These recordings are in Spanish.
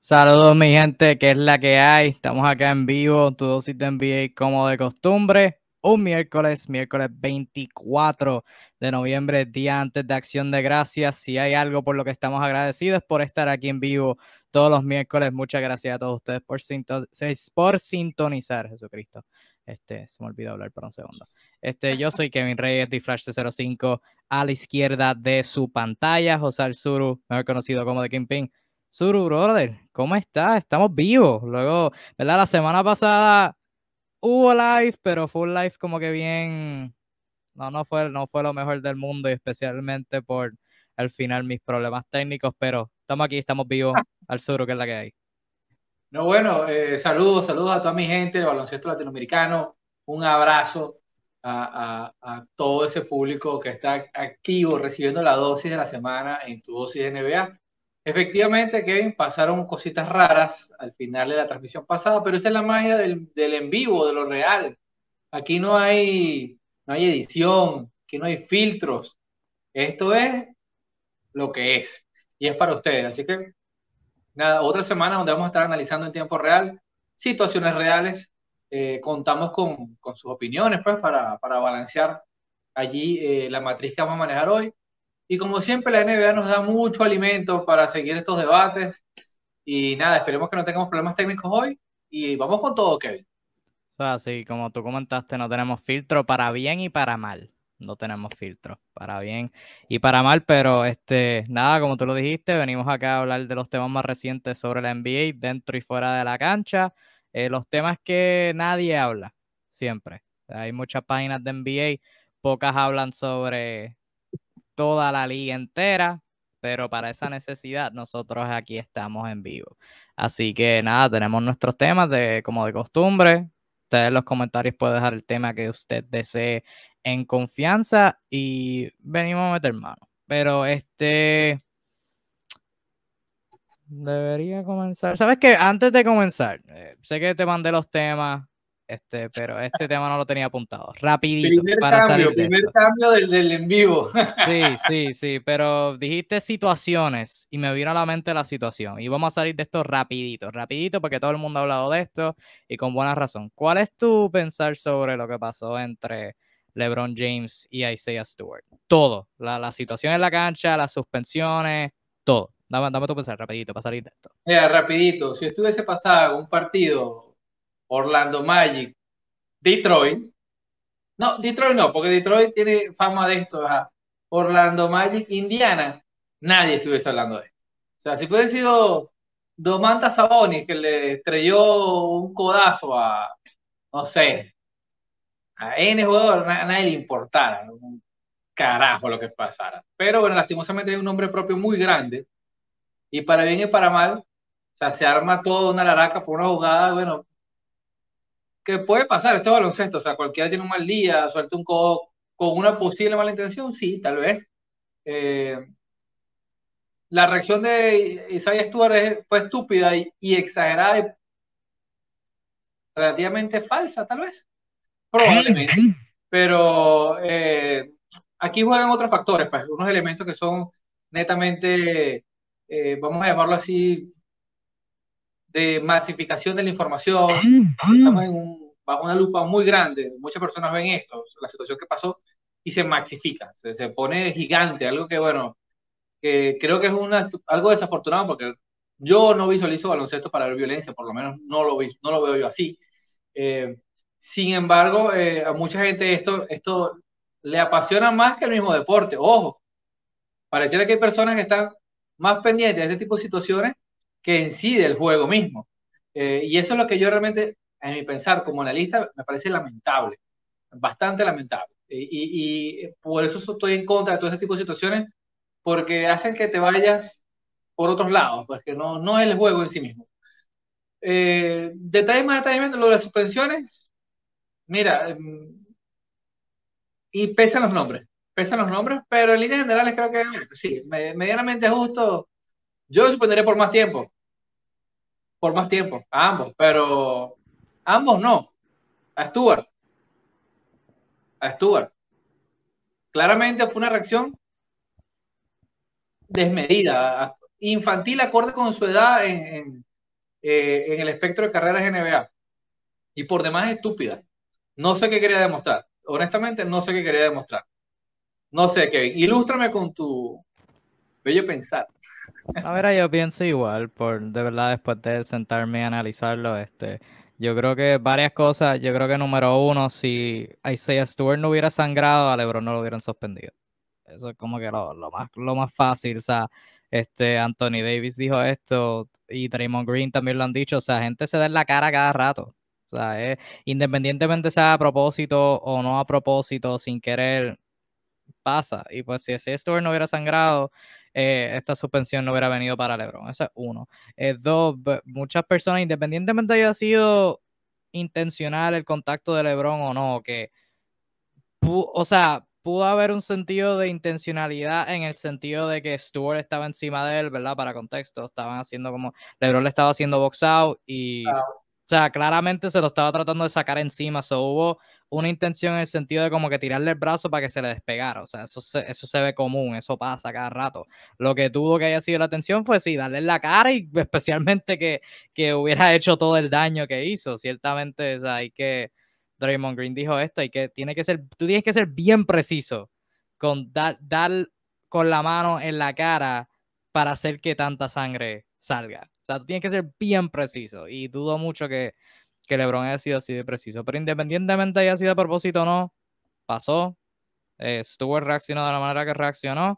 Saludos mi gente, que es la que hay. Estamos acá en vivo, tu dosis de NBA como de costumbre. Un miércoles 24 de noviembre, día antes de Acción de Gracias. Si hay algo por lo que estamos agradecidos es por estar aquí en vivo todos los miércoles. Muchas gracias a todos ustedes por sintonizar, Jesucristo. Se me olvidó hablar por un segundo. Yo soy Kevin Reyes, de Flash 05, a la izquierda de su pantalla, José Alzuru, mejor conocido como The Kingpin. Suru, brother, ¿cómo estás? Estamos vivos. Luego, ¿verdad? La semana pasada hubo live, pero fue un live como que bien. No fue lo mejor del mundo, y especialmente por al final mis problemas técnicos, pero estamos aquí, estamos vivos. Al Suru, que es la que hay. No, bueno, saludos a toda mi gente del baloncesto latinoamericano. Un abrazo a todo ese público que está activo recibiendo la dosis de la semana en tu dosis de NBA. Efectivamente, Kevin, pasaron cositas raras al final de la transmisión pasada, pero esa es la magia del en vivo, de lo real. Aquí no hay edición, aquí no hay filtros. Esto es lo que es y es para ustedes. Así que nada, otra semana donde vamos a estar analizando en tiempo real situaciones reales. Contamos con sus opiniones pues, para balancear allí la matriz que vamos a manejar hoy. Y como siempre, la NBA nos da mucho alimento para seguir estos debates. Y nada, esperemos que no tengamos problemas técnicos hoy. Y vamos con todo, Kevin. O sea, así como tú comentaste, no tenemos filtro para bien y para mal. No tenemos filtro para bien y para mal, pero nada, como tú lo dijiste, venimos acá a hablar de los temas más recientes sobre la NBA dentro y fuera de la cancha, los temas que nadie habla siempre. Hay muchas páginas de NBA, pocas hablan sobre toda la liga entera, pero para esa necesidad nosotros aquí estamos en vivo. Así que nada, tenemos nuestros temas como de costumbre. Usted en los comentarios puede dejar el tema que usted desee en confianza y venimos a meter mano. Pero debería comenzar. ¿Sabes qué? Antes de comenzar, sé que te mandé los temas, pero este tema no lo tenía apuntado. Rapidito, para salir de Primer esto. cambio del en vivo. Sí, sí, sí, pero dijiste situaciones y me vino a la mente la situación. Y vamos a salir de esto rapidito, rapidito, porque todo el mundo ha hablado de esto y con buena razón. ¿Cuál es tu pensar sobre lo que pasó entre LeBron James y Isaiah Stewart? Todo, la situación en la cancha, las suspensiones, todo. Dame tu pensar rapidito para salir de esto. Mira, rapidito, si estuviese pasado un partido Orlando Magic, Detroit. No, Detroit no, porque Detroit tiene fama de esto. Ajá. Orlando Magic, Indiana, nadie estuviese hablando de esto. O sea, si hubiese sido Domantas Sabonis que le estrelló un codazo a, no sé, a N jugador, a nadie le importara, ¿no? Un carajo lo que pasara. Pero bueno, lastimosamente hay un nombre propio muy grande y para bien y para mal, o sea, se arma toda una laraca por una jugada, bueno, que puede pasar, esto es baloncesto, o sea, cualquiera tiene un mal día, suelta un codo con una posible mala intención, sí, tal vez. Eh, la reacción de Isaiah Stewart fue estúpida y exagerada y relativamente falsa, tal vez, probablemente. Pero aquí juegan otros factores, pues, unos elementos que son netamente, vamos a llamarlo así, de masificación de la información. Estamos bajo una lupa muy grande. Muchas personas ven esto, la situación que pasó, y se maxifica, se pone gigante, algo que, bueno, que creo que es algo desafortunado porque yo no visualizo baloncesto para ver violencia, por lo menos no lo veo yo así. Eh, Sin embargo, a mucha gente esto le apasiona más que el mismo deporte. Ojo, pareciera que hay personas que están más pendientes de este tipo de situaciones que en sí del juego mismo. Y eso es lo que yo realmente, en mi pensar como analista, me parece lamentable, bastante lamentable. Y por eso estoy en contra de todo este tipo de situaciones, porque hacen que te vayas por otros lados, pues que no es el juego en sí mismo. Detalles más detalles menos, lo de las suspensiones, mira, y pesan los nombres, pero en líneas generales creo que sí, medianamente justo. Yo lo suspendería por más tiempo, a ambos, pero ambos no, a Stuart, a Stuart. Claramente fue una reacción desmedida, infantil, acorde con su edad en el espectro de carreras NBA y por demás estúpida. No sé qué quería demostrar. Honestamente, no sé qué quería demostrar. No sé, Kevin. Ilústrame con tu bello pensar. A ver, yo pienso igual, de verdad, después de sentarme a analizarlo, yo creo que varias cosas, yo creo que número uno, si Isaiah Stewart no hubiera sangrado, a LeBron no lo hubieran suspendido. Eso es como que lo más fácil, o sea, Anthony Davis dijo esto y Draymond Green también lo han dicho, o sea, gente se da en la cara cada rato, o sea, independientemente sea a propósito o no a propósito, sin querer, pasa, y pues si ese Stewart no hubiera sangrado, esta suspensión no hubiera venido para LeBron, eso es uno. Dos, muchas personas, independientemente haya sido intencional el contacto de LeBron o no, que o sea, pudo haber un sentido de intencionalidad en el sentido de que Stewart estaba encima de él, ¿verdad? Para contexto, estaban haciendo como, LeBron le estaba haciendo box out y, o sea, claramente se lo estaba tratando de sacar encima, hubo una intención en el sentido de como que tirarle el brazo para que se le despegara, o sea, eso se ve común, eso pasa cada rato. Lo que tuvo que haya sido la atención fue, sí, darle en la cara y especialmente que hubiera hecho todo el daño que hizo, ciertamente, o sea, hay que Draymond Green dijo esto, tú tienes que ser bien preciso con dar con la mano en la cara para hacer que tanta sangre salga. O sea, tú tienes que ser bien preciso y dudo mucho que LeBron haya sido así de preciso. Pero independientemente haya sido a propósito o no, pasó. Stewart reaccionó de la manera que reaccionó.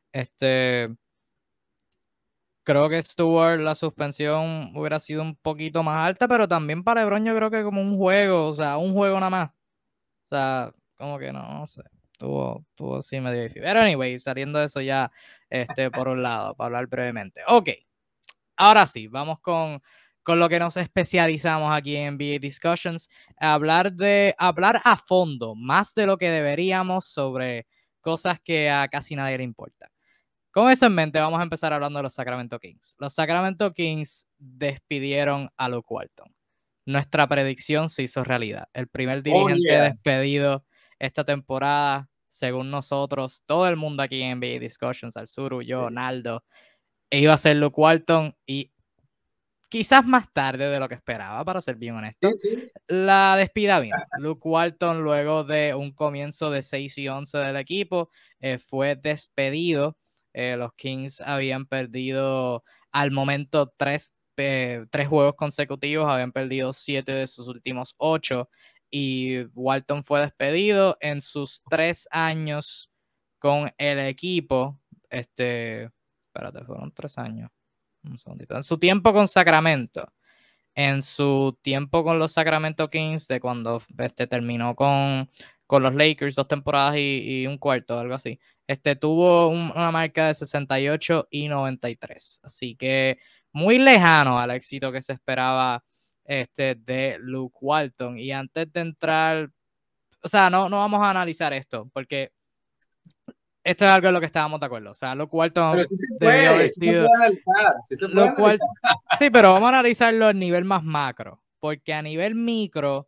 Creo que Stewart, la suspensión hubiera sido un poquito más alta, pero también para LeBron yo creo que como un juego, o sea, un juego nada más. O sea, como que no sé. Tuvo así medio difícil. Pero anyway, saliendo de eso ya, por un lado, para hablar brevemente. Ok, ahora sí, vamos con lo que nos especializamos aquí en NBA Discussions. Hablar a fondo, más de lo que deberíamos, sobre cosas que a casi nadie le importa. Con eso en mente, vamos a empezar hablando de los Sacramento Kings. Los Sacramento Kings despidieron a Luke Walton. Nuestra predicción se hizo realidad. El primer Oh, dirigente yeah. despedido esta temporada, según nosotros, todo el mundo aquí en NBA Discussions, Alzuru, yo, Naldo, iba a ser Luke Walton y quizás más tarde de lo que esperaba, para ser bien Sí, honesto. sí. La despida vino. Luke Walton, luego de un comienzo de 6-11 del equipo, fue despedido. Los Kings habían perdido al momento tres juegos consecutivos, habían perdido 7 de sus últimos 8 y Walton fue despedido en sus 3 años con el equipo. Espérate, fueron 3 años. Un segundito. En su tiempo con Sacramento, en su tiempo con los Sacramento Kings, de cuando terminó con los Lakers 2 temporadas y un cuarto, algo así, tuvo una marca de 68 y 93. Así que muy lejano al éxito que se esperaba de Luke Walton. Y antes de entrar, o sea, no vamos a analizar esto, porque esto es algo en lo que estábamos de acuerdo. O sea, Luke Pero Walton debió haber sí se sido puede analizar, sí se puede lo cual, analizar. sí, pero vamos a analizarlo a nivel más macro, porque a nivel micro,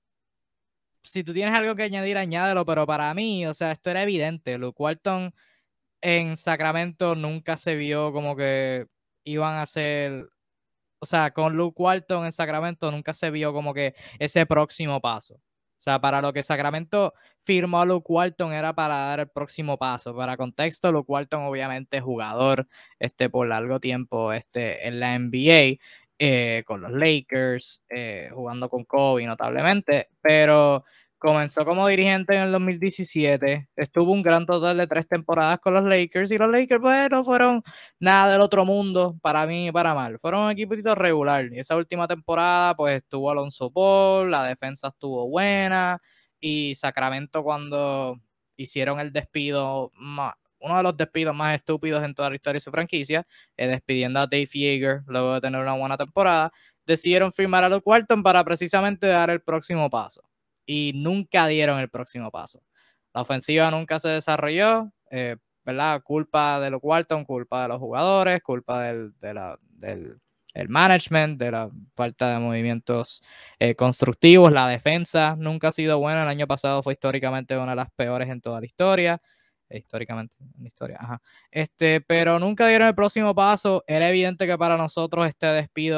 si tú tienes algo que añadir, añádelo, pero para mí, o sea, esto era evidente. Luke Walton en Sacramento nunca se vio como que iban a ser, o sea, con Luke Walton en Sacramento nunca se vio como que ese próximo paso. O sea, para lo que Sacramento firmó a Luke Walton era para dar el próximo paso. Para contexto, Luke Walton obviamente es jugador por largo tiempo en la NBA, con los Lakers, jugando con Kobe notablemente, pero comenzó como dirigente en el 2017, estuvo un gran total de 3 temporadas con los Lakers y los Lakers, bueno, fueron nada del otro mundo, para mí y para mal. Fueron un equipito regular. Y esa última temporada, pues estuvo Alonso Ball, la defensa estuvo buena. Y Sacramento, cuando hicieron el despido, uno de los despidos más estúpidos en toda la historia de su franquicia, despidiendo a Dave Yeager luego de tener una buena temporada, decidieron firmar a Luke Walton para precisamente dar el próximo paso. Y nunca dieron el próximo paso. La ofensiva nunca se desarrolló. ¿Verdad? Culpa de los Walton, culpa de los jugadores, culpa del el management, de la falta de movimientos constructivos. La defensa nunca ha sido buena. El año pasado fue históricamente una de las peores en toda la historia. Históricamente, en la historia, ajá. Pero nunca dieron el próximo paso. Era evidente que para nosotros este despido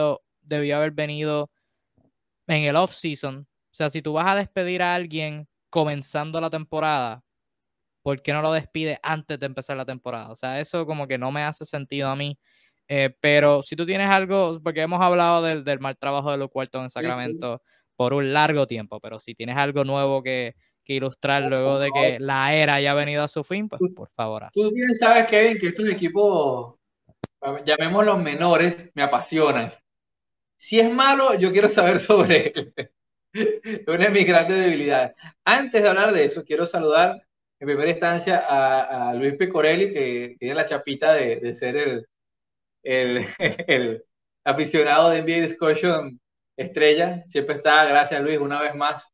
debió haber venido en el off-season. O sea, si tú vas a despedir a alguien comenzando la temporada, ¿por qué no lo despides antes de empezar la temporada? O sea, eso como que no me hace sentido a mí. Pero si tú tienes algo, porque hemos hablado del mal trabajo de Luke Walton en Sí, sí. Sacramento por un largo tiempo, pero si tienes algo nuevo que ilustrar luego de que la era haya venido a su fin, pues Tú, por favor. tú bien sabes, Kevin, que estos equipos, llamémoslos menores, me apasionan. Si es malo, yo quiero saber sobre él. Es una de mis grandes debilidades. Antes de hablar de eso, quiero saludar en primera instancia a Luis Pecorelli, que tiene la chapita de ser el, el aficionado de NBA Discussion estrella. Siempre está, gracias Luis, una vez más.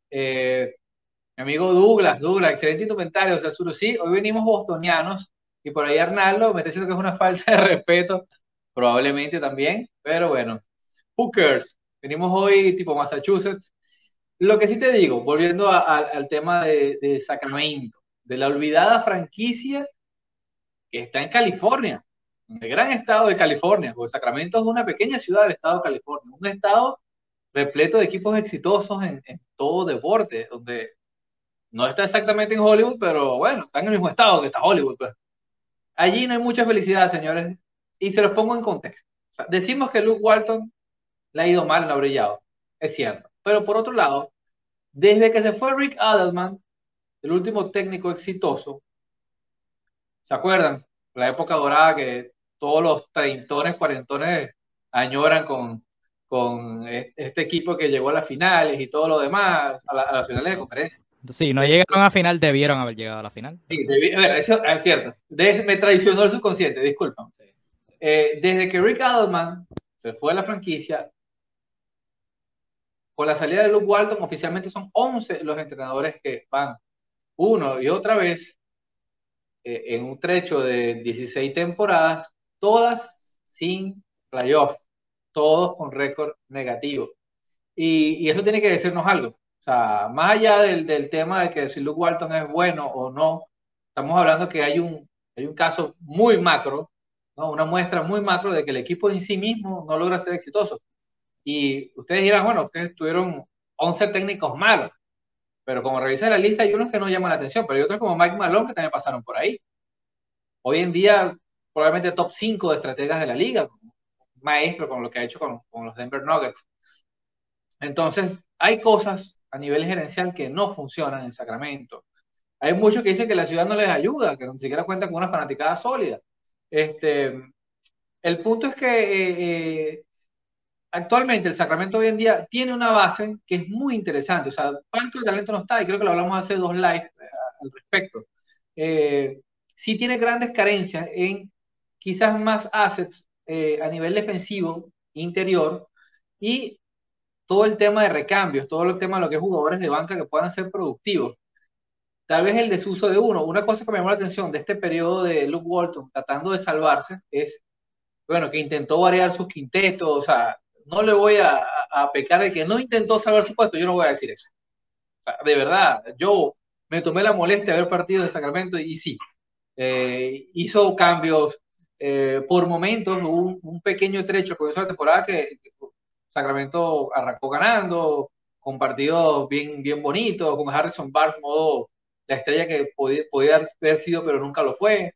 Mi amigo Douglas, excelente indumentario. O sea, sí, hoy venimos bostonianos y por ahí Arnaldo me está diciendo que es una falta de respeto, probablemente también, pero bueno, Hookers, venimos hoy tipo Massachusetts. Lo que sí te digo, volviendo al tema de Sacramento, de la olvidada franquicia que está en California, en el gran estado de California, porque Sacramento es una pequeña ciudad del estado de California, un estado repleto de equipos exitosos en todo deporte, donde no está exactamente en Hollywood, pero bueno, está en el mismo estado que está Hollywood. Pues. Allí no hay mucha felicidad, señores, y se los pongo en contexto. O sea, decimos que Luke Walton le ha ido mal, no ha brillado, es cierto, pero por otro lado, desde que se fue Rick Adelman, el último técnico exitoso, ¿se acuerdan? La época dorada que todos los treintones, cuarentones añoran con este equipo que llegó a las finales y todo lo demás, a las finales de conferencia. Sí, no llegaron a final, debieron haber llegado a la final. Sí, bueno, eso es cierto. Me traicionó el subconsciente, disculpa. Desde que Rick Adelman se fue a la franquicia, con la salida de Luke Walton, oficialmente son 11 los entrenadores que van uno y otra vez en un trecho de 16 temporadas, todas sin playoff, todos con récord negativo. Y eso tiene que decirnos algo. O sea, más allá del tema de que si Luke Walton es bueno o no, estamos hablando que hay un caso muy macro, ¿no? Una muestra muy macro de que el equipo en sí mismo no logra ser exitoso. Y ustedes dirán, bueno, ustedes tuvieron 11 técnicos malos, pero como revisa la lista hay unos que no llaman la atención, pero hay otros como Mike Malone que también pasaron por ahí. Hoy en día, probablemente top 5 de estrategas de la liga, maestro con lo que ha hecho con los Denver Nuggets. Entonces, hay cosas a nivel gerencial que no funcionan en Sacramento. Hay muchos que dicen que la ciudad no les ayuda, que ni siquiera cuenta con una fanaticada sólida. Este, el punto es que actualmente el Sacramento hoy en día tiene una base que es muy interesante. O sea, falta de talento no está, y creo que lo hablamos hace dos live al respecto. Eh, sí tiene grandes carencias en quizás más assets a nivel defensivo, interior, y todo el tema de recambios, todo el tema de lo que es jugadores de banca que puedan ser productivos. Tal vez el desuso de uno. Una cosa que me llamó la atención de este periodo de Luke Walton tratando de salvarse es, bueno, que intentó variar sus quintetos, o sea, no le voy a pecar de que no intentó salvar su puesto, yo no voy a decir eso. O sea, de verdad, yo me tomé la molestia de ver partidos de Sacramento y sí, hizo cambios por momentos, hubo un pequeño trecho con esa temporada que Sacramento arrancó ganando, con partidos bien bonitos, con Harrison Barnes modo la estrella que podía haber sido, pero nunca lo fue.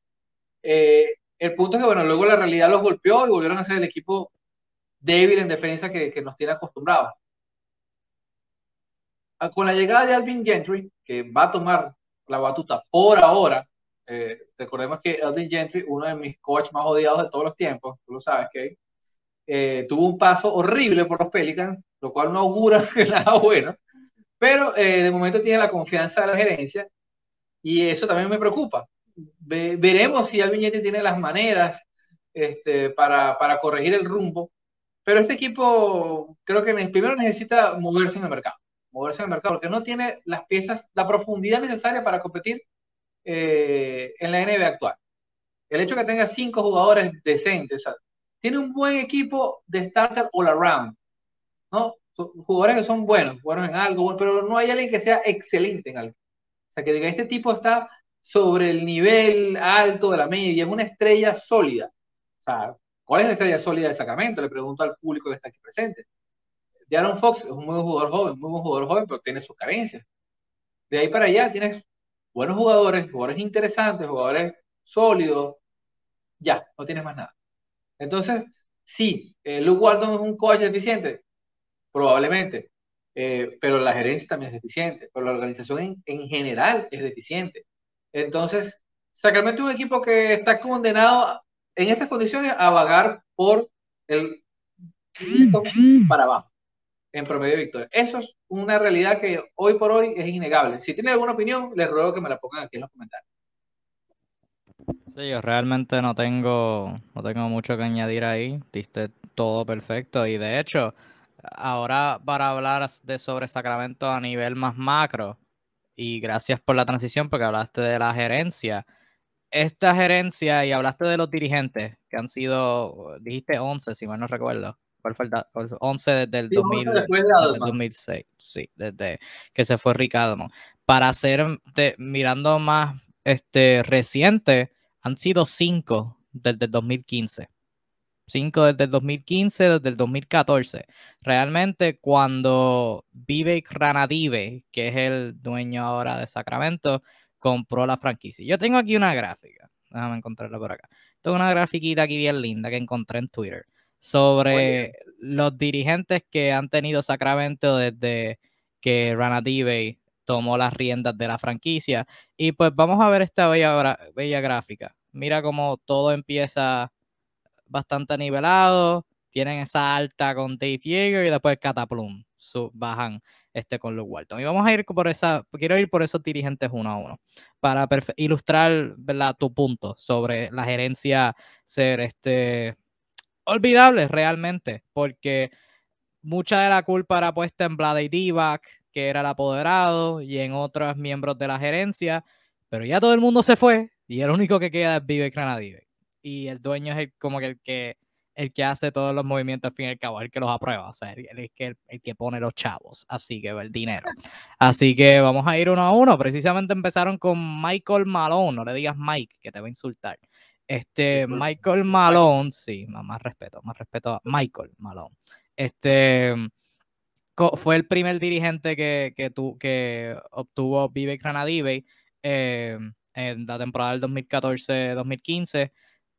El punto es que, bueno, luego la realidad los golpeó y volvieron a ser el equipo débil en defensa que nos tiene acostumbrados. Con la llegada de Alvin Gentry, que va a tomar la batuta por ahora, recordemos que Alvin Gentry, uno de mis coaches más odiados de todos los tiempos, tú lo sabes, que tuvo un paso horrible por los Pelicans, lo cual no augura nada bueno, pero de momento tiene la confianza de la gerencia y eso también me preocupa. Veremos si Alvin Gentry tiene las maneras para corregir el rumbo, pero este equipo creo que primero necesita moverse en el mercado, porque no tiene las piezas, la profundidad necesaria para competir en la NBA actual. El hecho de que tenga 5 jugadores decentes, o sea, tiene un buen equipo de starter all around, ¿no? Jugadores que son buenos en algo, pero no hay alguien que sea excelente en algo. O sea, que diga, este tipo está sobre el nivel alto de la media, es una estrella sólida. O sea, ¿Cuál es la estrella sólida de Sacramento? Le pregunto al público que está aquí presente. De'Aaron Fox es un muy buen jugador joven, muy buen jugador joven, pero tiene sus carencias. De ahí para allá tienes buenos jugadores, jugadores interesantes, jugadores sólidos, ya, no tienes más nada. Entonces, sí, Luke Walton es un coach deficiente, probablemente, pero la gerencia también es deficiente, pero la organización en general es deficiente. Entonces, Sacramento es un equipo que está condenado en estas condiciones a vagar por el para abajo en promedio de victoria. Eso es una realidad que hoy por hoy es innegable. Si tiene alguna opinión, les ruego que me la pongan aquí en los comentarios. Sí, yo realmente no tengo mucho que añadir ahí. Diste todo perfecto. Y de hecho, ahora para hablar sobre Sacramento a nivel más macro, y gracias por la transición porque hablaste de la gerencia. Esta gerencia y hablaste de los dirigentes que han sido, dijiste 11 si mal no recuerdo. ¿Cuál fue 11 desde el Sí, 11 2000, después de desde el Adelsman. 2006? Sí, desde que se fue Ricardo. Para ser, mirando más reciente, han sido 5 desde el 2015. 5 desde el 2015, desde el 2014. Realmente cuando Vivek Ranadive, que es el dueño ahora de Sacramento, compró la franquicia. Yo tengo aquí una gráfica. Déjame encontrarla por acá. Tengo una grafiquita aquí bien linda que encontré en Twitter sobre Oye, los dirigentes que han tenido Sacramento desde que Ranadive tomó las riendas de la franquicia. Y pues vamos a ver esta bella gráfica. Mira cómo todo empieza bastante nivelado. Tienen esa alta con Dave Yeager y después Cataplum. Bajan con Luke Walton. Y vamos a ir por quiero ir por esos dirigentes uno a uno para ilustrar, ¿verdad?, tu punto sobre la gerencia ser olvidable realmente, porque mucha de la culpa era puesta en Vlade Divac, que era el apoderado, y en otros miembros de la gerencia, pero ya todo el mundo se fue y el único que queda es Vivek Ranadive. Y el dueño es como que el que hace todos los movimientos, al fin y al cabo, el que los aprueba, o sea, el que pone los chavos, así que el dinero. Así que vamos a ir uno a uno. Precisamente empezaron con Michael Malone, no le digas Mike, que te va a insultar. disculpe, Michael Mike. Malone, sí, más respeto a Michael Malone. Este fue el primer dirigente que obtuvo Vivek Ranadive en la temporada del 2014-2015.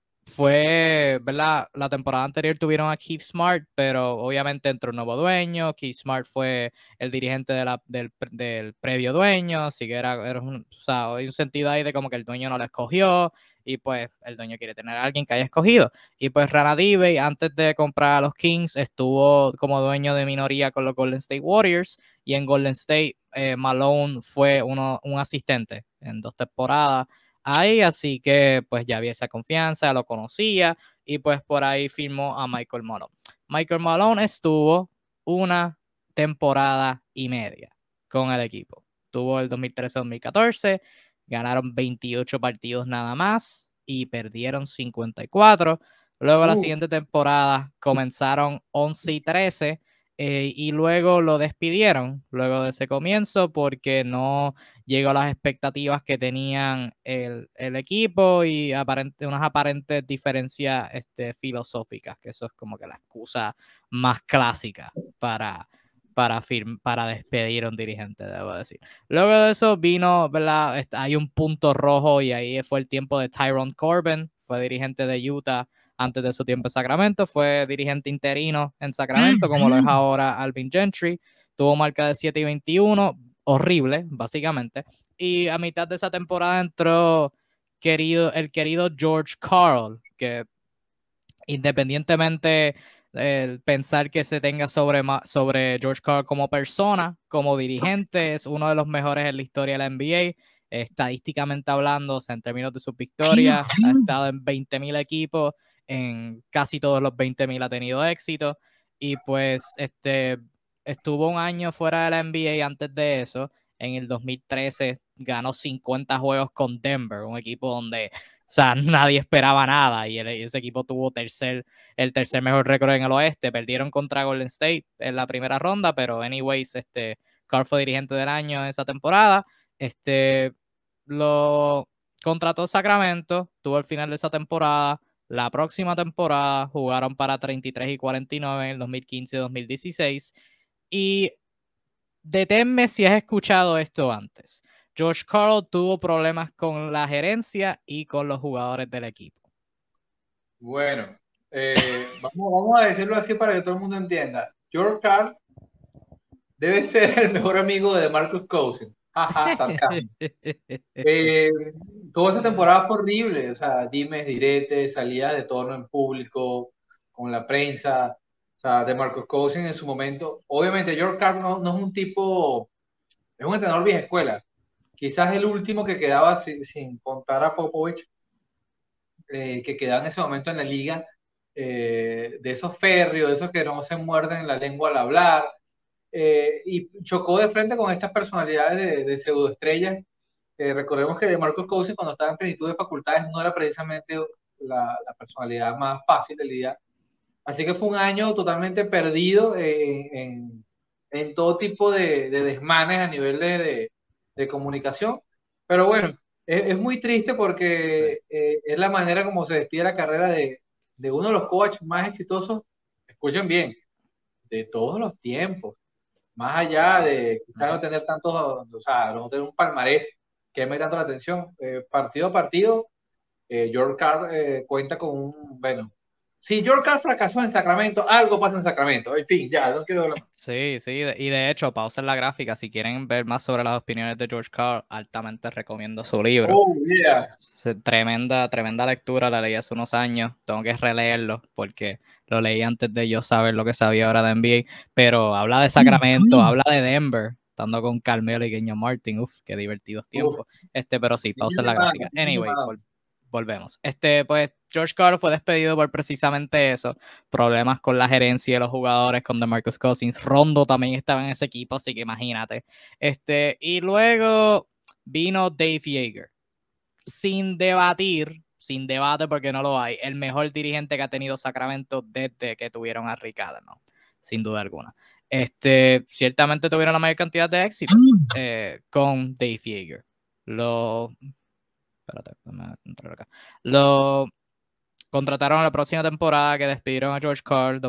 Fue, ¿verdad? La temporada anterior tuvieron a Keith Smart, pero obviamente entró un nuevo dueño. Keith Smart fue el dirigente del previo dueño, así que era o sea, hay un sentido ahí de como que el dueño no lo escogió y pues el dueño quiere tener a alguien que haya escogido. Y pues Ranadive, antes de comprar a los Kings, estuvo como dueño de minoría con los Golden State Warriors y en Golden State Malone fue un asistente en 2 temporadas ahí, así que pues ya había esa confianza, lo conocía y pues por ahí firmó a Michael Malone. Michael Malone estuvo 1 temporada y media con el equipo. Tuvo el 2013-2014, ganaron 28 partidos nada más y perdieron 54. Luego la Uh, siguiente temporada comenzaron 11-13 y luego lo despidieron luego de ese comienzo porque no llegó a las expectativas que tenían el equipo y unas aparentes diferencias filosóficas, que eso es como que la excusa más clásica para despedir a un dirigente, debo decir. Luego de eso vino, ¿verdad? Hay un punto rojo y ahí fue el tiempo de Tyrone Corbin, fue dirigente de Utah antes de su tiempo en Sacramento, fue dirigente interino en Sacramento, como lo es ahora Alvin Gentry, tuvo marca de 7-21, horrible, básicamente. Y a mitad de esa temporada entró el querido George Karl, que independientemente del pensar que se tenga sobre George Karl como persona, como dirigente, es uno de los mejores en la historia de la NBA. Estadísticamente hablando, o sea, en términos de sus victorias, ha estado en 20,000 equipos, en casi todos los 20,000 ha tenido éxito. Y pues estuvo un año fuera de la NBA antes de eso. En el 2013 ganó 50 juegos con Denver, un equipo donde, o sea, nadie esperaba nada y ese equipo tuvo el tercer mejor récord en el oeste. Perdieron contra Golden State en la primera ronda, pero anyways, Carl fue dirigente del año esa temporada. Lo contrató Sacramento, tuvo el final de esa temporada, La próxima temporada jugaron para 33 y 49 en el 2015-2016. Y deténme si has escuchado esto antes. George Karl tuvo problemas con la gerencia y con los jugadores del equipo. Bueno, vamos a decirlo así para que todo el mundo entienda. George Karl debe ser el mejor amigo de Marcus Cousins. Jaja, sarcasmo. Eh, Toda esa temporada fue horrible, o sea, dimes, diretes, salidas de tono en público, con la prensa, o sea, de Marcus Cousins en su momento. Obviamente, George Karl no es un tipo, es un entrenador vieja escuela. Quizás el último que quedaba sin contar a Popovich, que quedaba en ese momento en la liga, de esos férreos, de esos que no se muerden la lengua al hablar, y chocó de frente con estas personalidades de pseudoestrellas. Recordemos que de Marcus Cousins cuando estaba en plenitud de facultades no era precisamente la personalidad más fácil de lidiar. Así que fue un año totalmente perdido en todo tipo de desmanes a nivel de comunicación. Pero bueno, es muy triste porque es la manera como se despide la carrera de uno de los coaches más exitosos, escuchen bien, de todos los tiempos. Más allá de quizás no tener tantos, o sea, no tener un palmarés que me tanto la atención, partido a partido, George Carr cuenta con un, bueno, si George Carr fracasó en Sacramento, algo pasa en Sacramento. En fin, ya, no quiero hablar más. Sí, sí, y de hecho, pausa en la gráfica. Si quieren ver más sobre las opiniones de George Carl, altamente recomiendo su libro. Oh, yeah. Tremenda, tremenda lectura, la leí hace unos años. Tengo que releerlo porque lo leí antes de yo saber lo que sabía ahora de NBA. Pero habla de Sacramento, habla de Denver, estando con Carmelo y Kenyon Martin. Uf, qué divertidos Uf, tiempos. Pero sí, pausa niño en la mimado, gráfica. niño Anyway, mimado. volvemos. Pues George Karl fue despedido por precisamente eso, problemas con la gerencia de los jugadores, con DeMarcus Cousins. Rondo también estaba en ese equipo, así que imagínate. Y luego vino Dave Yeager, sin debatir, sin debate porque no lo hay, el mejor dirigente que ha tenido Sacramento desde que tuvieron a Rick Allen, ¿no? Sin duda alguna. Ciertamente tuvieron la mayor cantidad de éxito con Dave Yeager. Espérate, déjame entrar acá. Lo contrataron a la próxima temporada, que despidieron a George Karl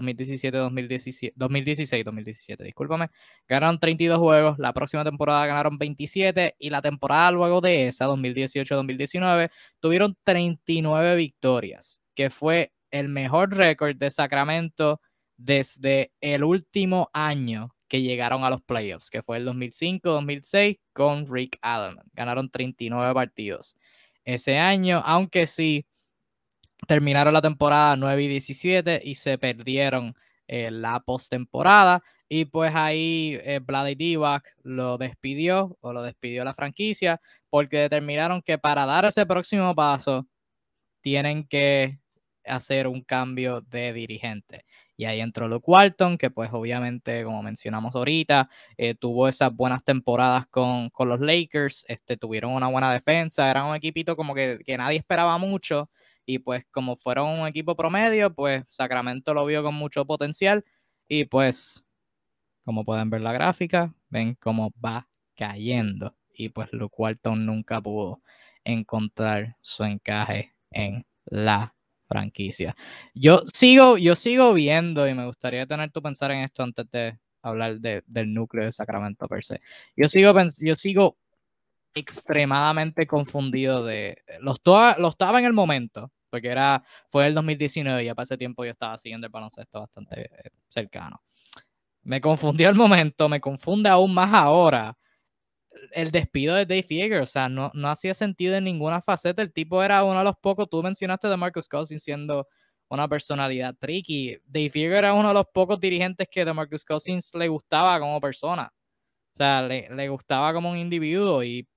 2016-2017, discúlpame. Ganaron 32 juegos, la próxima temporada ganaron 27 y la temporada luego de esa, 2018-2019, tuvieron 39 victorias, que fue el mejor récord de Sacramento desde el último año que llegaron a los playoffs, que fue el 2005-2006 con Rick Allen. Ganaron 39 partidos ese año, aunque sí terminaron la temporada 9 y 17 y se perdieron la postemporada. Y pues ahí Vlade Divac lo despidió la franquicia porque determinaron que para dar ese próximo paso tienen que hacer un cambio de dirigente. Y ahí entró Luke Walton, que pues obviamente, como mencionamos ahorita, tuvo esas buenas temporadas con los Lakers, tuvieron una buena defensa, eran un equipito como que nadie esperaba mucho, y pues como fueron un equipo promedio, pues Sacramento lo vio con mucho potencial, y pues como pueden ver la gráfica, ven cómo va cayendo, y pues Luke Walton nunca pudo encontrar su encaje en la franquicia. Yo sigo viendo, y me gustaría tener tu pensar en esto antes de hablar del núcleo de Sacramento per se. Yo sigo extremadamente confundido lo estaba en el momento, porque fue el 2019 y ya para ese tiempo yo estaba siguiendo el baloncesto bastante cercano. Me confundió el momento, me confunde aún más ahora el despido de Dave Yeager. O sea, no hacía sentido en ninguna faceta. El tipo era uno de los pocos, tú mencionaste de Marcus Cousins siendo una personalidad tricky. Dave Yeager era uno de los pocos dirigentes que de Marcus Cousins le gustaba como persona. O sea, le gustaba como un individuo y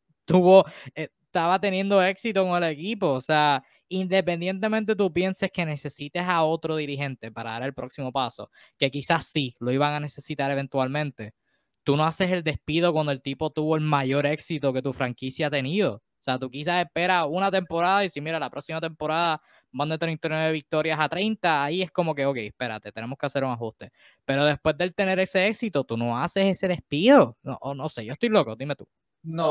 estaba teniendo éxito con el equipo. O sea, independientemente tú pienses que necesites a otro dirigente para dar el próximo paso, que quizás sí lo iban a necesitar eventualmente, tú no haces el despido cuando el tipo tuvo el mayor éxito que tu franquicia ha tenido. O sea, tú quizás esperas una temporada y si mira, la próxima temporada van de 39 victorias a 30, ahí es como que, ok, espérate, tenemos que hacer un ajuste. Pero después de tener ese éxito, tú no haces ese despido. No sé, yo estoy loco, dime tú.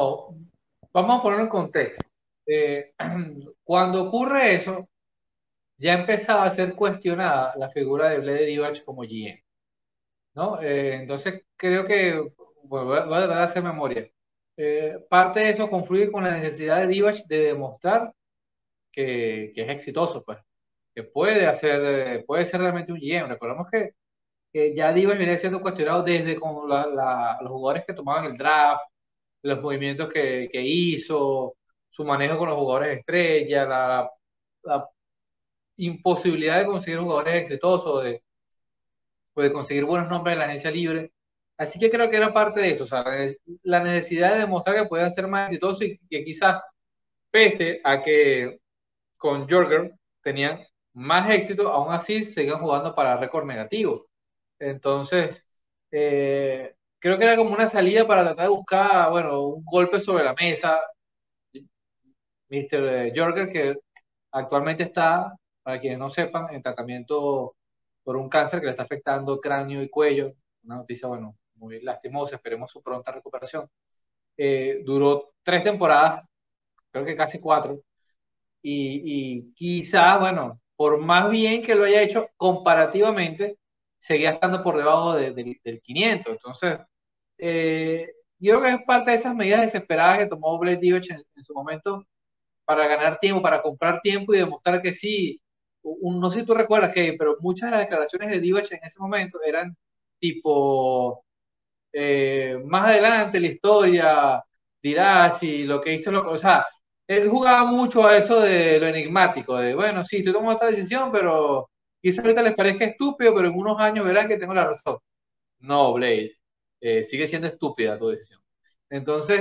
No, vamos a ponerlo en contexto. Cuando ocurre eso, ya empezaba a ser cuestionada la figura de Vlade Divac como GM, ¿no? Entonces creo que, bueno, voy a tratar de hacer memoria. Parte de eso confluye con la necesidad de Divac de demostrar que es exitoso, pues, que puede ser realmente un GM. Recordemos que ya Divac venía siendo cuestionado desde con los jugadores que tomaban el draft, los movimientos que hizo, su manejo con los jugadores estrella, la imposibilidad de conseguir jugadores exitosos, o de conseguir buenos nombres en la agencia libre. Así que creo que era parte de eso, o sea, la necesidad de demostrar que podían ser más exitosos y que quizás, pese a que con Jorger tenían más éxito, aún así seguían jugando para récord negativo. Entonces, creo que era como una salida para tratar de buscar, bueno, un golpe sobre la mesa. Mr. Jorger, que actualmente está, para quienes no sepan, en tratamiento por un cáncer que le está afectando cráneo y cuello. Una noticia, bueno, muy lastimosa, esperemos su pronta recuperación. Duró 3 temporadas, creo que casi 4, y quizás, bueno, por más bien que lo haya hecho comparativamente, seguía estando por debajo del 500. Entonces, yo creo que es parte de esas medidas desesperadas que tomó Blake Divac en su momento para ganar tiempo, para comprar tiempo y demostrar que sí. No sé si tú recuerdas que, pero muchas de las declaraciones de Divac en ese momento eran tipo, más adelante la historia dirá si lo que hizo, o sea, él jugaba mucho a eso de lo enigmático, de, bueno, sí, estoy tomando esta decisión, pero quizás ahorita les parezca estúpido, pero en unos años verán que tengo la razón. No, Blade, sigue siendo estúpida tu decisión. Entonces,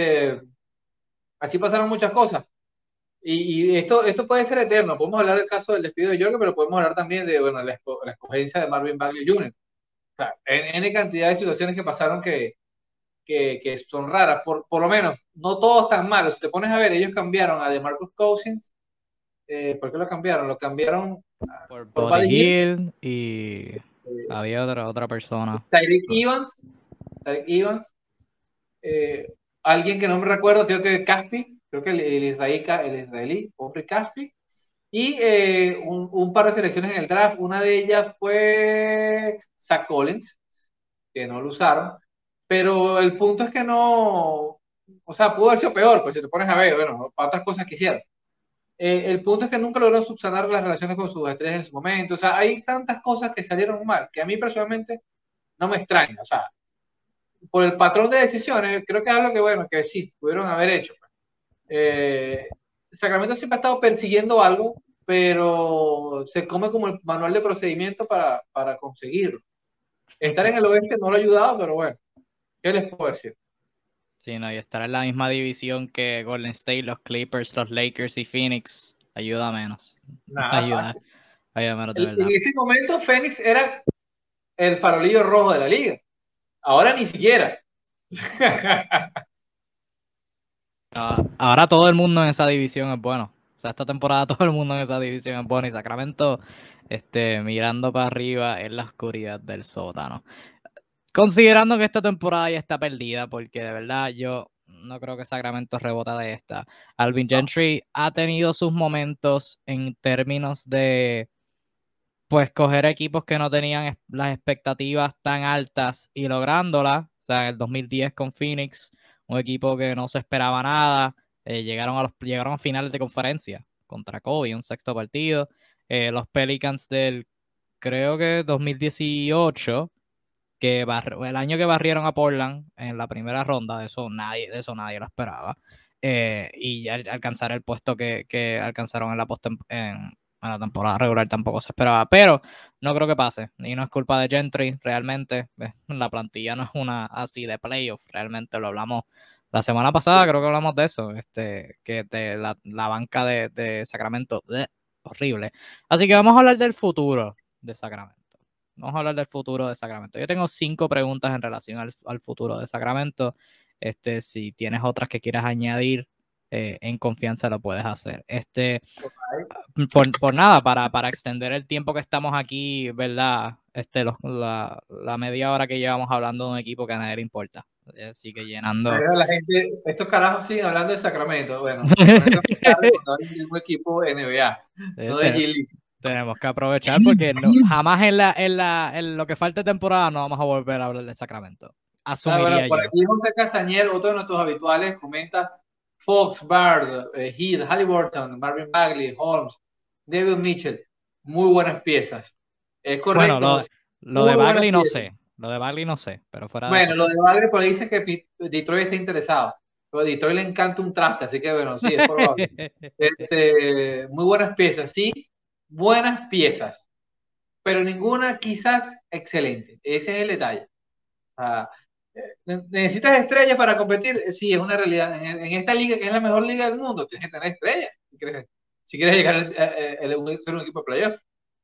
así pasaron muchas cosas. Y esto puede ser eterno. Podemos hablar del caso del despido de Jorge, pero podemos hablar también de, bueno, la escogencia de Marvin Bagley Jr. O sea, N cantidad de situaciones que pasaron que son raras. Por lo menos, no todos tan malos. Si te pones a ver, ellos cambiaron a DeMarcus Cousins. ¿Por qué lo cambiaron? Lo cambiaron Por por Buddy Buddy Hield, Hield y había otra persona. Tyreek Evans, Tyreek Evans, eh, alguien que no me recuerdo, creo que Caspi, creo que el israelí, Omri Caspi. Y un par de selecciones en el draft. Una de ellas fue Zach Collins, que no lo usaron. Pero el punto es que no. O sea, pudo haber sido peor, pues si te pones a ver, bueno, para otras cosas que hicieron. El punto es que nunca lograron subsanar las relaciones con sus estrellas en su momento. O sea, hay tantas cosas que salieron mal que a mí personalmente no me extraña. O sea, por el patrón de decisiones, creo que es algo que, bueno, que sí, pudieron haber hecho. Eh, Sacramento siempre ha estado persiguiendo algo, pero se come como el manual de procedimiento para conseguirlo. Estar en el oeste no lo ha ayudado, pero bueno, ¿qué les puedo decir? Sí, no, y estar en la misma división que Golden State, los Clippers, los Lakers y Phoenix ayuda menos. Nada Ayuda, fácil. ayuda menos de En verdad. ese momento, Phoenix era el farolillo rojo de la liga. Ahora ni siquiera. Ahora todo el mundo en esa división es bueno. O sea, esta temporada todo el mundo en esa división es bueno. Y Sacramento, mirando para arriba en la oscuridad del sótano. Considerando que esta temporada ya está perdida, porque de verdad yo no creo que Sacramento rebota de esta. Alvin No, Gentry ha tenido sus momentos en términos de, pues, coger equipos que no tenían las expectativas tan altas y lográndolas. O sea, en el 2010 con Phoenix, un equipo que no se esperaba nada. Llegaron a finales de conferencia contra Kobe, un sexto partido. Los Pelicans del, creo que 2018 el año que barrieron a Portland en la primera ronda, de eso nadie lo esperaba. Y ya alcanzar el puesto que alcanzaron en la temporada regular tampoco se esperaba. Pero no creo que pase. Y no es culpa de Gentry, realmente. La plantilla no es una así de playoff. Realmente lo hablamos la semana pasada, creo que hablamos de eso. Que la banca de Sacramento, horrible. Así que vamos a hablar del futuro de Sacramento. Vamos a hablar del futuro de Sacramento. Yo tengo 5 preguntas en relación al futuro de Sacramento. Si tienes otras que quieras añadir, en confianza lo puedes hacer. Por nada, para extender el tiempo que estamos aquí, ¿verdad? la media hora que llevamos hablando de un equipo que a nadie le importa. Así que llenando. Pero la gente, estos carajos siguen hablando de Sacramento. Bueno, con eso me sale cuando hablan de un equipo NBA, no de Te- G-League. Tenemos que aprovechar porque jamás en lo que falta de temporada no vamos a volver a hablar de Sacramento. Bueno, Asumiría por yo. aquí José Castañer, otro de nuestros habituales, comenta Fox, Barnes, Heath, Halliburton, Marvin Bagley, Holmes, David Mitchell. Muy buenas piezas. Es Bueno, correcto, José. lo de Muy buenas Bagley no piezas. sé. Lo de Bagley no sé, pero fuera de eso Bueno, lo sí. de Bagley, pues dice que Detroit está interesado. Pero a Detroit le encanta un traste, así que bueno, sí, es probable. Muy buenas piezas, sí, buenas piezas, pero ninguna quizás excelente. Ese es el detalle. Ah, ¿necesitas estrellas para competir? Sí, es una realidad. En esta liga, que es la mejor liga del mundo, tienes que tener estrellas. Si quieres llegar a ser un equipo de playoff.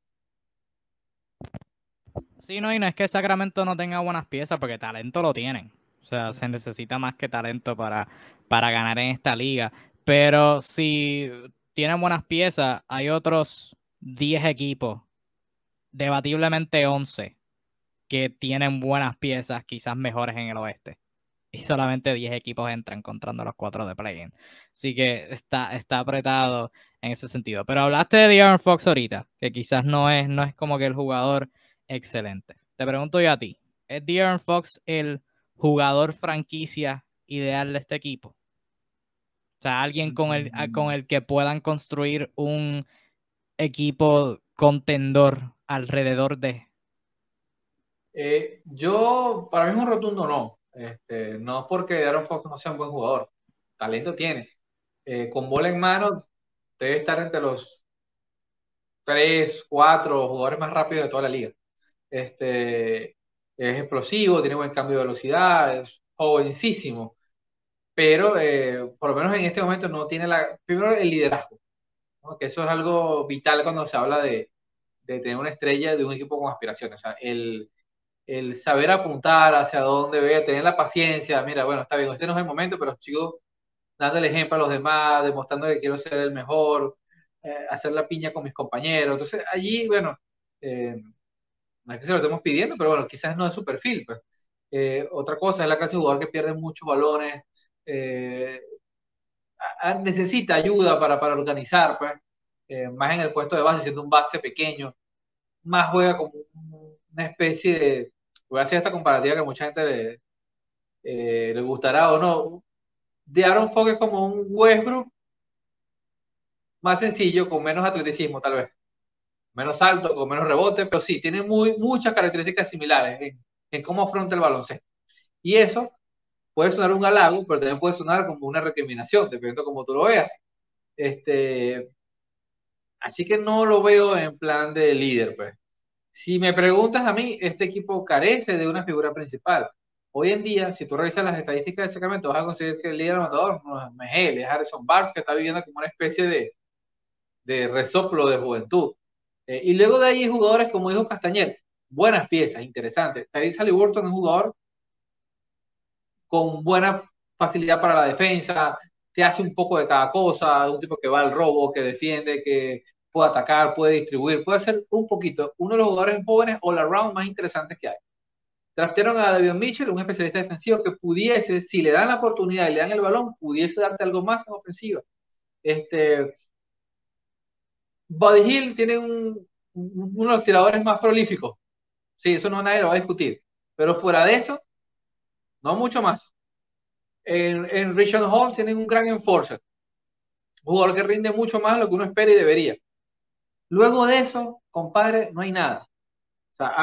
Sí, no, y no es que Sacramento no tenga buenas piezas, porque talento lo tienen. O sea, se necesita más que talento para ganar en esta liga. Pero si tienen buenas piezas, hay otros 10 equipos, debatiblemente 11, que tienen buenas piezas, quizás mejores en el oeste. Y solamente 10 equipos entran contando los 4 de play-in. Así que está apretado en ese sentido. Pero hablaste de De'Aaron Fox ahorita, que quizás no es como que el jugador excelente. Te pregunto yo a ti, ¿es De'Aaron Fox el jugador franquicia ideal de este equipo? O sea, alguien con el que puedan construir un equipo contendor alrededor de... Para mí es un rotundo no. No porque Aaron Fox no sea un buen jugador. Talento tiene. Con bola en mano, debe estar entre los 3, 4 jugadores más rápidos de toda la liga. Es explosivo, tiene buen cambio de velocidad, es jovencísimo, pero por lo menos en este momento no tiene primero el liderazgo, ¿no? Que eso es algo vital cuando se habla de tener una estrella de un equipo con aspiraciones. O sea, el saber apuntar hacia dónde ver, tener la paciencia, mira, bueno, está bien, este no es el momento, pero sigo dando el ejemplo a los demás, demostrando que quiero ser el mejor, hacer la piña con mis compañeros. Entonces, allí, bueno, no es que se lo estemos pidiendo, pero bueno, quizás no es su perfil, pues. Otra cosa es la clase de jugador que pierde muchos balones, eh, necesita ayuda para organizar, pues, más en el puesto de base, siendo un base pequeño, más juega como una especie de, voy a hacer esta comparativa que a mucha gente le gustará o no, de Aaron Fox es como un Westbrook más sencillo, con menos atleticismo tal vez, menos alto, con menos rebote, pero sí, tiene muchas características similares en cómo afronta el baloncesto. Y eso puede sonar un halago, pero también puede sonar como una recriminación, dependiendo de cómo tú lo veas. Así que no lo veo en plan de líder, pues. Si me preguntas a mí, este equipo carece de una figura principal. Hoy en día, si tú revisas las estadísticas de Sacramento, vas a conseguir que el líder anotador no es Mejel, es Harrison Barnes, que está viviendo como una especie de resoplo de juventud. Y luego de ahí jugadores como dijo Castañer, buenas piezas, interesantes. Tyrese Halliburton es un jugador con buena facilidad para la defensa, te hace un poco de cada cosa, un tipo que va al robo, que defiende, que puede atacar, puede distribuir, puede ser un poquito uno de los jugadores jóvenes all around más interesantes que hay. Draftearon a David Mitchell, un especialista defensivo que pudiese, si le dan la oportunidad y le dan el balón, pudiese darte algo más en ofensiva. Buddy Hill tiene uno de los tiradores más prolíficos. Sí, eso no nadie lo va a discutir. Pero fuera de eso, no mucho más. En Richard Holmes tienen un gran enforcer, un jugador que rinde mucho más de lo que uno espera y debería. Luego de eso, compadre, no hay nada. O sea,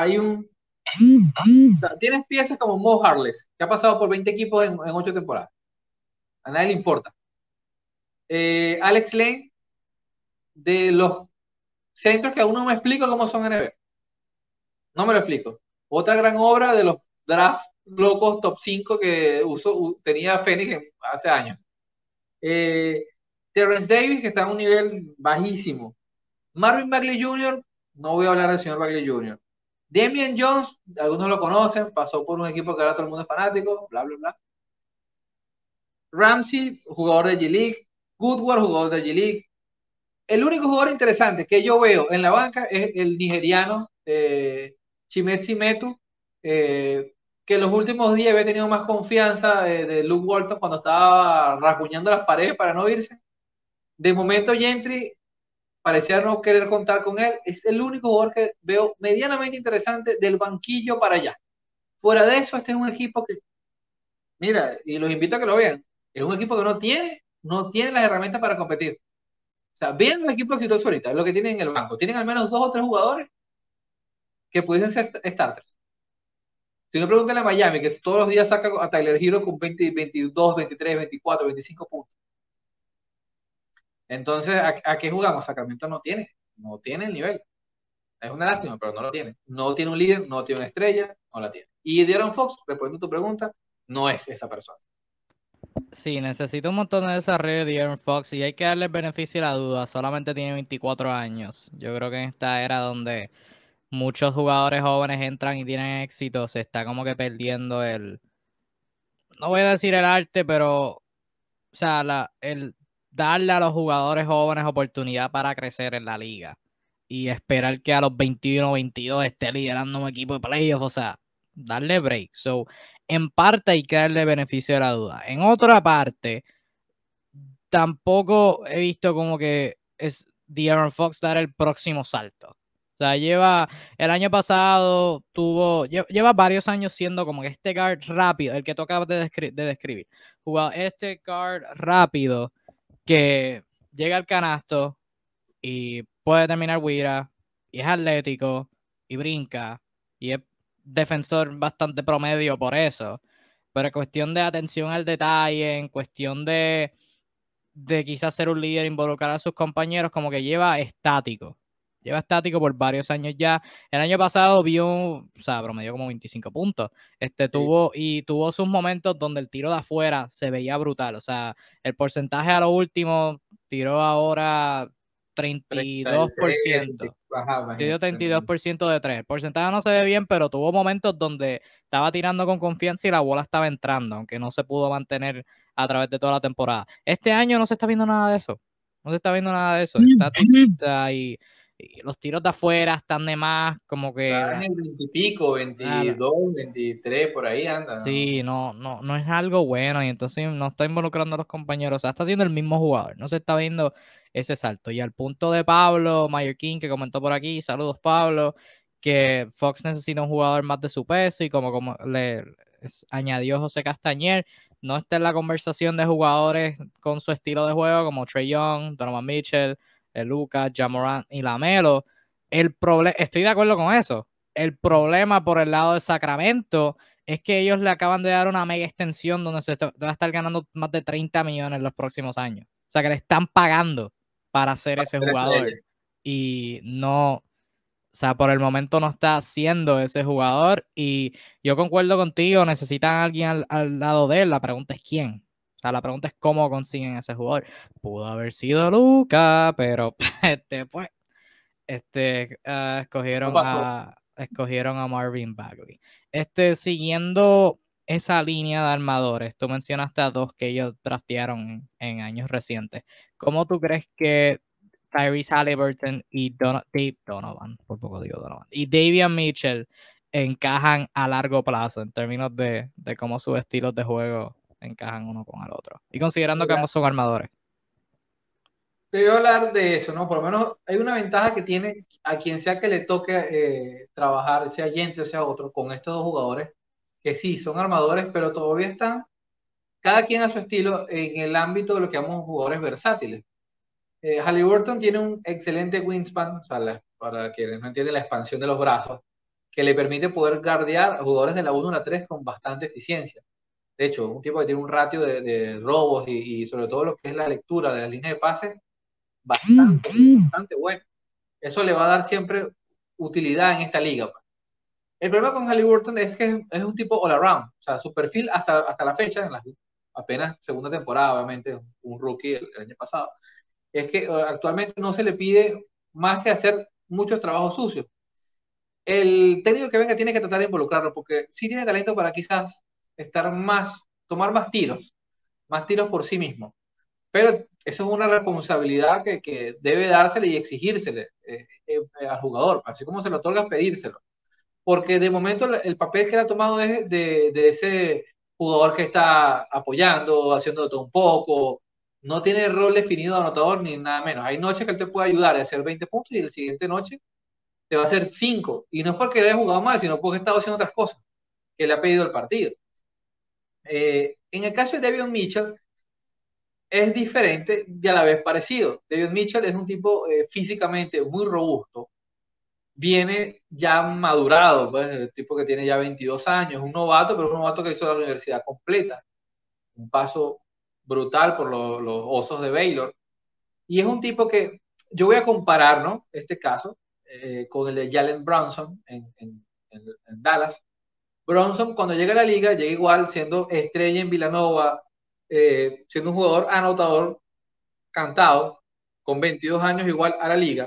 tienes piezas como Mo Harless, que ha pasado por 20 equipos en 8 temporadas. A nadie le importa. Alex Lane, de los centros que aún no me explico cómo son NBA. No me lo explico. Otra gran obra de los draft locos top 5 que tenía Phoenix hace años. Terrence Davis, que está a un nivel bajísimo. Marvin Bagley Jr., no voy a hablar del señor Bagley Jr. Damian Jones, algunos lo conocen, pasó por un equipo que ahora todo el mundo es fanático, bla, bla, bla. Ramsey, jugador de G-League. Goodward, jugador de G-League. El único jugador interesante que yo veo en la banca es el nigeriano Chimetzi Metu, que en los últimos días había tenido más confianza de Luke Walton cuando estaba rasguñando las paredes para no irse. De momento Gentry parecía no querer contar con él. Es el único jugador que veo medianamente interesante del banquillo para allá. Fuera de eso, este es un equipo que, mira, y los invito a que lo vean, es un equipo que no tiene las herramientas para competir. O sea, vean los equipos exitosos ahorita, lo que tienen en el banco. Tienen al menos 2 o 3 jugadores que pudiesen ser starters. Si no, pregúntale a Miami, que todos los días saca a Tyler Hero con 20, 22, 23, 24, 25 puntos. Entonces, ¿a qué jugamos? Sacramento no tiene el nivel. Es una lástima, pero no lo tiene. No tiene un líder, no tiene una estrella, no la tiene. Y De'Aaron Fox, respondiendo a tu pregunta, no es esa persona. Sí, necesita un montón de desarrollo de Aaron Fox y hay que darle el beneficio de la duda. Solamente tiene 24 años. Yo creo que en esta era donde muchos jugadores jóvenes entran y tienen éxito, se está como que perdiendo no voy a decir el arte, pero, o sea, el darle a los jugadores jóvenes oportunidad para crecer en la liga y esperar que a los 21 o 22 esté liderando un equipo de playoffs, o sea, darle break. So, en parte hay que darle beneficio de la duda. En otra parte, tampoco he visto como que es De'Aaron Fox dar el próximo salto. O sea, el año pasado lleva varios años siendo como que este guard rápido, el que toca de describir. Jugado este guard rápido que llega al canasto y puede terminar Wira, y es atlético, y brinca, y es defensor bastante promedio por eso. Pero en cuestión de atención al detalle, en cuestión de quizás ser un líder, involucrar a sus compañeros, como que lleva estático. Lleva estático por varios años ya. El año pasado o sea, promedió como 25 puntos. Sí. Tuvo sus momentos donde el tiro de afuera se veía brutal. O sea, el porcentaje a lo último tiró ahora 33, 32%. ajá, Te dio imagínate. 32% de 3. El porcentaje no se ve bien, pero tuvo momentos donde estaba tirando con confianza y la bola estaba entrando, aunque no se pudo mantener a través de toda la temporada. Este año no se está viendo nada de eso. No se está viendo nada de eso. Está y los tiros de afuera están de más, como que Está en el 20 y pico, la, 22, 23, por ahí anda, ¿no? sí, no es algo bueno y entonces no está involucrando a los compañeros. O sea, está siendo el mismo jugador, no se está viendo ese salto. Y al punto de Pablo Mallorquín, que comentó por aquí, saludos Pablo, que Fox necesita un jugador más de su peso y como añadió José Castañer, no está en la conversación de jugadores con su estilo de juego como Trae Young, Donovan Mitchell, Lucas, Ja Morant y Lamelo. Estoy de acuerdo con eso. El problema por el lado de Sacramento es que ellos le acaban de dar una mega extensión donde va a estar ganando más de 30 millones en los próximos años. O sea, que le están pagando para ser ese Tres jugador. estrellas. Y no, o sea, por el momento no está siendo ese jugador. Y yo concuerdo contigo, necesitan a alguien al lado de él. La pregunta es quién. O sea, la pregunta es cómo consiguen ese jugador. Pudo haber sido Luca, pero pues No pasó. escogieron a Marvin Bagley. Siguiendo esa línea de armadores, tú mencionaste a dos que ellos draftearon en años recientes. ¿Cómo tú crees que Tyrese Halliburton y Dave Donovan, por poco digo Donovan, y Davion Mitchell encajan a largo plazo en términos de cómo sus estilos de juego encajan uno con el otro? Y considerando que Mira, ambos son armadores. te voy a hablar de eso, ¿no? Por lo menos hay una ventaja que tiene a quien sea que le toque trabajar, sea Gente o sea otro, con estos 2 jugadores, que sí, son armadores, pero todavía están cada quien a su estilo en el ámbito de lo que llamamos jugadores versátiles. Halliburton tiene un excelente wingspan, o sea, para quienes no entienden la expansión de los brazos, que le permite poder guardiar a jugadores de la 1 a la 3 con bastante eficiencia. De hecho, un tipo que tiene un ratio de robos y sobre todo lo que es la lectura de las líneas de pase bastante, bastante bueno. Eso le va a dar siempre utilidad en esta liga, pues. El problema con Halliburton es que es un tipo all around, o sea, su perfil hasta la fecha, en la apenas segunda temporada, obviamente, un rookie el año pasado, es que actualmente no se le pide más que hacer muchos trabajos sucios. El técnico que venga tiene que tratar de involucrarlo, porque sí tiene talento para quizás tomar más tiros por sí mismo. Pero eso es una responsabilidad que debe dársele y exigírsele al jugador, así como se lo otorga, pedírselo. porque de momento el papel que él ha tomado es de ese jugador que está apoyando, haciendo todo un poco, no tiene rol definido de anotador ni nada menos. Hay noches que él te puede ayudar a hacer 20 puntos y la siguiente noche te va a hacer 5. Y no es porque haya jugado mal, sino porque ha estado haciendo otras cosas que le ha pedido el partido. En el caso de David Mitchell, es diferente y a la vez parecido. David Mitchell es un tipo físicamente muy robusto, viene ya madurado, pues, el tipo que tiene ya 22 años, un novato, pero un novato que hizo la universidad completa, un paso brutal por los Osos de Baylor. Y es un tipo que yo voy a comparar, ¿no? Este caso con el de Jalen Brunson en Dallas. Bronson, cuando llega a la liga, llega igual siendo estrella en Villanova, siendo un jugador anotador cantado, con 22 años igual a la liga.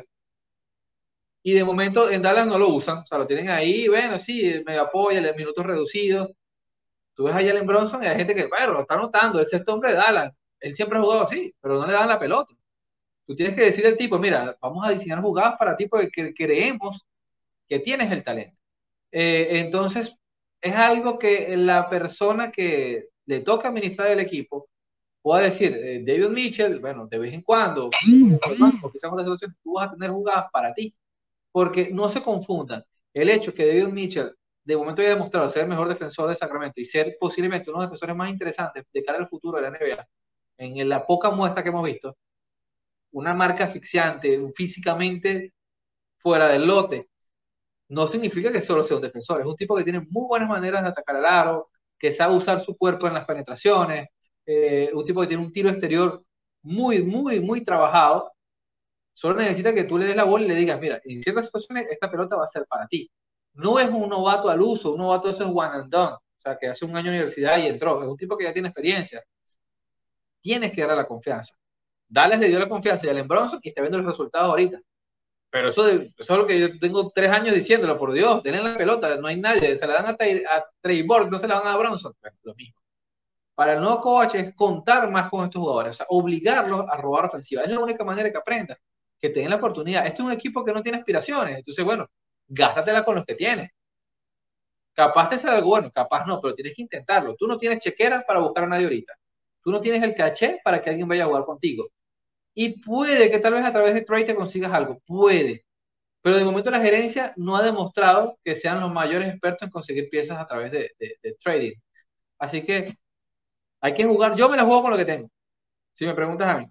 Y de momento en Dallas no lo usan, o sea, lo tienen ahí, bueno, sí, me apoya, minutos reducidos. Tú ves a Jalen Bronson y hay gente que, bueno, lo está anotando, es este hombre de Dallas. Él siempre ha jugado así, pero no le dan la pelota. Tú tienes que decirle al tipo, mira, vamos a diseñar jugadas para ti porque creemos que tienes el talento. Entonces, es algo que la persona que le toca administrar el equipo pueda decir, David Mitchell, bueno, de vez en cuando, quizás en otras tú vas a tener jugadas para ti, porque no se confundan. El hecho que David Mitchell de momento haya demostrado ser el mejor defensor de Sacramento y ser posiblemente uno de los defensores más interesantes de cara al futuro de la NBA, en la poca muestra que hemos visto, una marca asfixiante, físicamente fuera del lote, no significa que solo sea un defensor, es un tipo que tiene muy buenas maneras de atacar al aro, que sabe usar su cuerpo en las penetraciones, un tipo que tiene un tiro exterior muy, muy, muy trabajado. Solo necesita que tú le des la bola y le digas, mira, en ciertas situaciones esta pelota va a ser para ti. No es un novato al uso, un novato eso es one and done, o sea, que hace un año de universidad y entró, es un tipo que ya tiene experiencia. Tienes que darle la confianza. Dallas le dio la confianza a Jalen Bronson y está viendo los resultados ahorita. Pero eso es lo que yo tengo 3 años diciéndolo, por Dios, denle la pelota, no hay nadie, se la dan a Trey Burke, no se la dan a Bronson, pues, lo mismo. Para el nuevo coach es contar más con estos jugadores, o sea, obligarlos a robar ofensiva. Es la única manera que aprendan, que tengan la oportunidad. Este es un equipo que no tiene aspiraciones, entonces, bueno, gástatela con los que tienes. Capaz te sale algo bueno, capaz no, pero tienes que intentarlo. Tú no tienes chequera para buscar a nadie ahorita. Tú no tienes el caché para que alguien vaya a jugar contigo. Y puede que tal vez a través de trade te consigas algo, puede. Pero de momento la gerencia no ha demostrado que sean los mayores expertos en conseguir piezas a través de trading. Así que hay que jugar. Yo me la juego con lo que tengo. Si me preguntas a mí.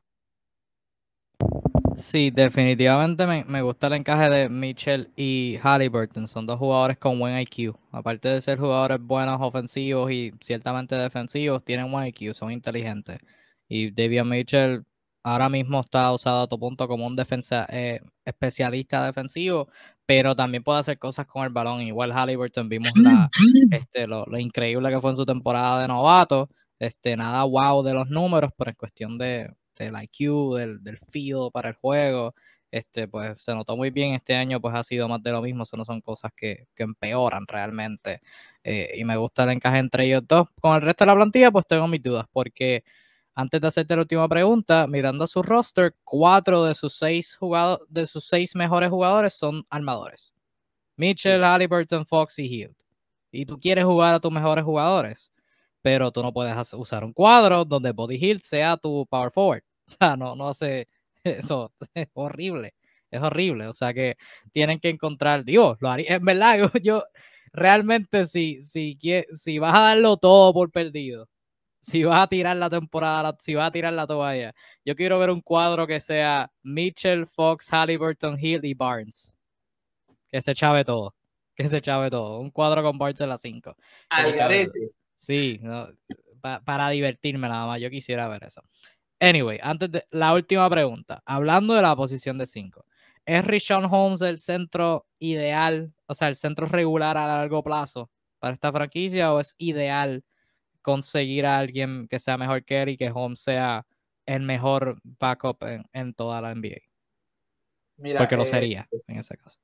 Sí, definitivamente me gusta el encaje de Mitchell y Halliburton. Son dos jugadores con buen IQ. Aparte de ser jugadores buenos ofensivos y ciertamente defensivos, tienen buen IQ, son inteligentes. Y Davion Mitchell ahora mismo está usado a tu punto como un defensa especialista defensivo, pero también puede hacer cosas con el balón. Igual Halliburton vimos lo increíble que fue en su temporada de novato. Nada wow de los números, pero en cuestión del IQ, del feel para el juego, pues se notó muy bien este año, pues ha sido más de lo mismo, eso no son cosas que empeoran realmente, y me gusta el encaje entre ellos dos. Con el resto de la plantilla, pues tengo mis dudas, porque antes de hacerte la última pregunta, mirando su roster, 4 de sus 6 mejores jugadores son armadores. Mitchell, Sí. Halliburton, Fox y Hield. Y tú quieres jugar a tus mejores jugadores, pero tú no puedes usar un cuadro donde Buddy Hield sea tu power forward. O sea, no hace eso. Es horrible. Es horrible. O sea que tienen que encontrar, digo, lo haría, en verdad, yo realmente si vas a darlo todo por perdido, si vas a tirar la temporada, si vas a tirar la toalla, yo quiero ver un cuadro que sea Mitchell, Fox, Halliburton, Hield y Barnes. Que se chave todo. Que se chave todo. Un cuadro con Barnes en la 5. Que se chave todo. Algarete. Sí, no, para divertirme nada más. Yo quisiera ver eso. Anyway, antes de la última pregunta. Hablando de la posición de 5. ¿Es Richaun Holmes el centro ideal, o sea, el centro regular a largo plazo para esta franquicia, o es ideal conseguir a alguien que sea mejor que él y que Holmes sea el mejor backup en toda la NBA? Mira, Porque lo sería en ese caso.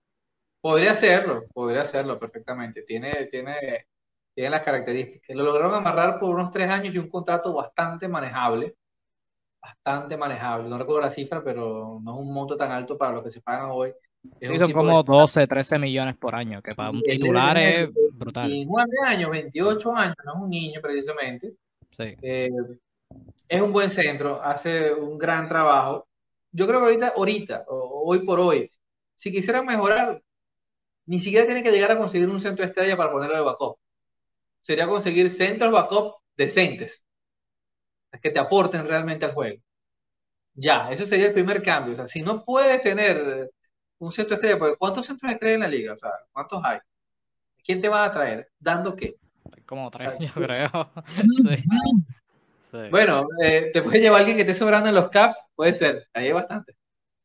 podría hacerlo perfectamente. Tiene las características. Lo lograron amarrar por unos 3 años y un contrato bastante manejable. Bastante manejable. No recuerdo la cifra, pero no es un monto tan alto para lo que se pagan hoy. Es Sí, un son tipo de como 12, 13 millones por año, que para sí, un él debe titular tener es brutal. 29 años, Sí, 28 años, no es un niño precisamente. sí. Eh, es un buen centro, hace un gran trabajo. Yo creo que ahorita, hoy por hoy, si quisieran mejorar, ni siquiera tienen que llegar a conseguir un centro estrella para ponerlo de backup. Sería conseguir centros backup decentes, que te aporten realmente al juego. Ya, eso sería el primer cambio. O sea, si no puedes tener un centro estrella, porque ¿cuántos centros estrella en la liga? O sea, ¿cuántos hay? ¿Quién te va a traer? ¿Dando qué? Hay como O 3, sea, yo creo. Sí, sí. bueno, te puede llevar alguien que esté sobrando en los caps, puede ser, ahí hay bastante.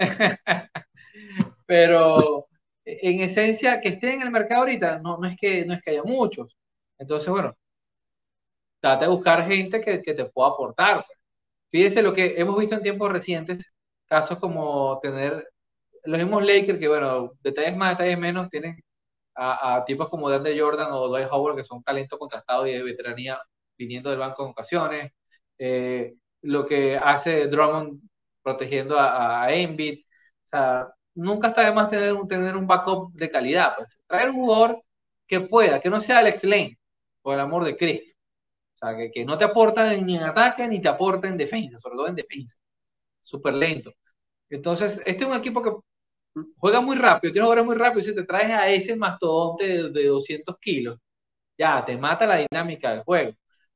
Pero en esencia, que esté en el mercado ahorita, no es que haya muchos. Entonces, bueno, trata de buscar gente que te pueda aportar. Fíjese lo que hemos visto en tiempos recientes, casos como tener los mismos Lakers, que bueno, detalles más, detalles menos, tienen a tipos como DeAndre Jordan o Dwight Howard, que son talento contrastado y de veteranía viniendo del banco en ocasiones. Lo que hace Drummond protegiendo a Embiid. O sea, nunca está de más tener un backup de calidad. Pues. Traer un jugador que pueda, que no sea Alex Lane, por el amor de Cristo. O sea, que no te aporta ni en ataque ni te aporta en defensa, sobre todo en defensa. Súper lento. Entonces, este es un equipo que juega muy rápido, tiene jugadores muy rápido, y si te traes a ese mastodonte de 200 kilos, ya, te mata la dinámica del juego.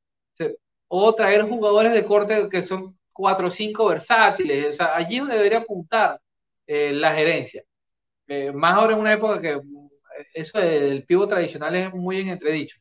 O traer jugadores de corte que son 4 o 5 versátiles, o sea, allí es donde debería apuntar la gerencia. Más ahora en una época que eso del pivo tradicional es muy en entredicho.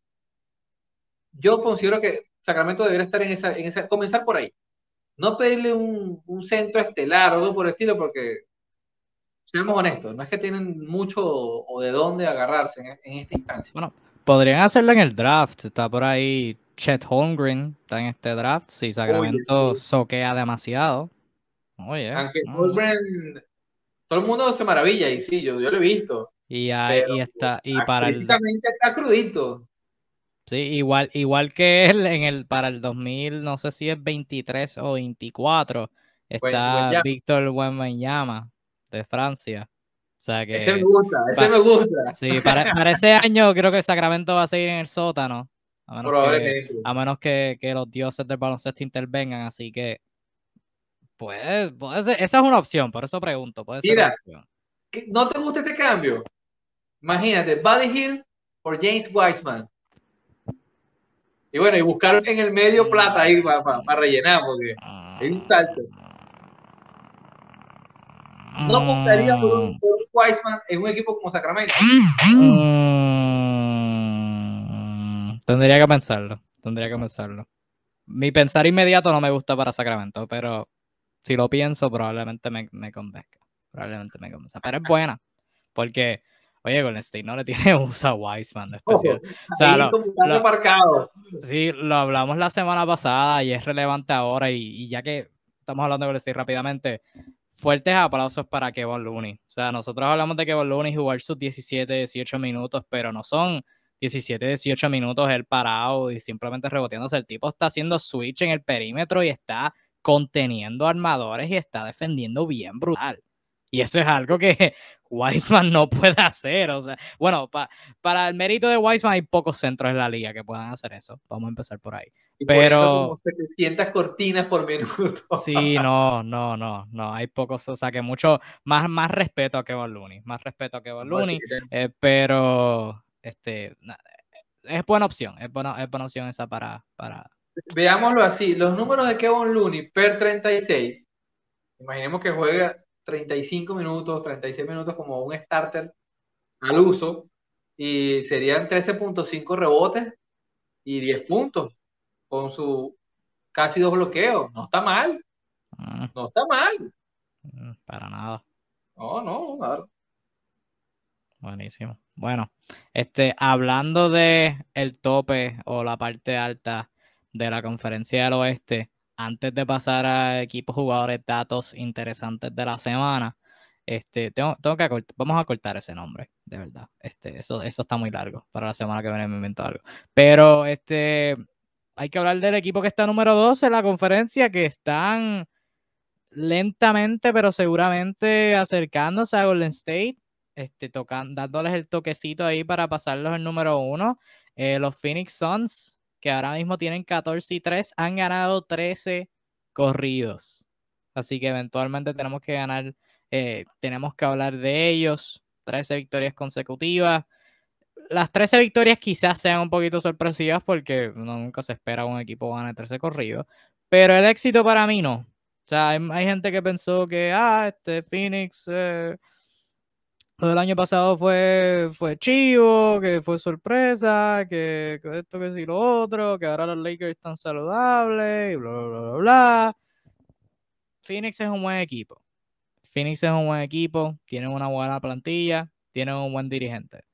Yo considero que Sacramento debería estar comenzar por ahí. No pedirle un centro estelar o algo por el estilo, porque seamos honestos, no es que tienen mucho o de dónde agarrarse en esta instancia. Bueno, podrían hacerlo en el draft. Está por ahí Chet Holmgren, está en este draft. Si Oye, Sacramento sí. soquea demasiado. Oye. Aunque Holmgren, todo el mundo se maravilla y sí, yo lo he visto, pero Y está, y para el, físicamente está crudito. sí, igual que él para el 2000, no sé si es 23 o 24, Buen está ya. Víctor Wembanyama de Francia. O sea Ese me que gusta, ese pa- me gusta. sí, para ese año creo que Sacramento va a seguir en el sótano, Probablemente. a menos que los dioses del baloncesto intervengan. Así que puede ser, esa es una opción, por eso pregunto, puede ser una Mira, opción. ¿no te gusta este cambio? Imagínate, Buddy Hield por James Wiseman. Y bueno, y buscar en el medio plata ahí para rellenar, porque hay un salto. No apostaría por un Wiseman en un equipo como Sacramento. Tendría que pensarlo, tendría que pensarlo. Mi pensar inmediato no me gusta para Sacramento, pero si lo pienso, probablemente me convenzca. Probablemente me convenza. Pero es buena, porque, oye, Golden State no le tiene uso a Wiseman de especial. Ojo, O sea, ahí como está remarcado. sí, lo hablamos la semana pasada y es relevante ahora. Y ya que estamos hablando de Golden State rápidamente, fuertes aplausos para Kevon Looney. O sea, nosotros hablamos de Kevon Looney jugar sus 17, 18 minutos, pero no son 17, 18 minutos él parado y simplemente reboteándose. El tipo está haciendo switch en el perímetro y está conteniendo armadores y está defendiendo bien brutal. Y eso es algo que Wiseman no puede hacer. O sea, bueno, para el mérito de Wiseman hay pocos centros en la liga que puedan hacer eso. Vamos a empezar por ahí. Y poniendo como Pero 700 cortinas por minuto. sí, no, hay pocos, o sea que mucho más respeto a Kevon Looney, más respeto a Kevon No, Looney, pero es buena opción, es buena opción esa para. veámoslo así, los números de Kevon Looney per 36, imaginemos que juega 35 minutos, 36 minutos como un starter al uso, y serían 13.5 rebotes y 10 puntos, con su casi 2 bloqueos. No está mal, mm, no está mal. para nada. No, no, claro. Buenísimo. Bueno, hablando de el tope o la parte alta de la Conferencia del Oeste, antes de pasar a equipos jugadores, datos interesantes de la semana, vamos a cortar ese nombre, de verdad. Eso está muy largo. Para la semana que viene me invento algo. Pero hay que hablar del equipo que está número 12 en la conferencia, que están lentamente, pero seguramente acercándose a Golden State. dándoles el toquecito ahí para pasarlos el número 1. Los Phoenix Suns, que ahora mismo tienen 14-3, han ganado 13 corridos. Así que eventualmente tenemos que ganar, tenemos que hablar de ellos. 13 victorias consecutivas. Las 13 victorias quizás sean un poquito sorpresivas porque nunca se espera un equipo gane 13 corridos. Pero el éxito para mí no. O sea, hay gente que pensó que, Phoenix, lo del año pasado fue chivo, que fue sorpresa, que esto, que sí, lo otro, que ahora los Lakers están saludables y bla, bla, bla, bla. Phoenix es un buen equipo. Phoenix es un buen equipo, tienen una buena plantilla, tienen un buen dirigente.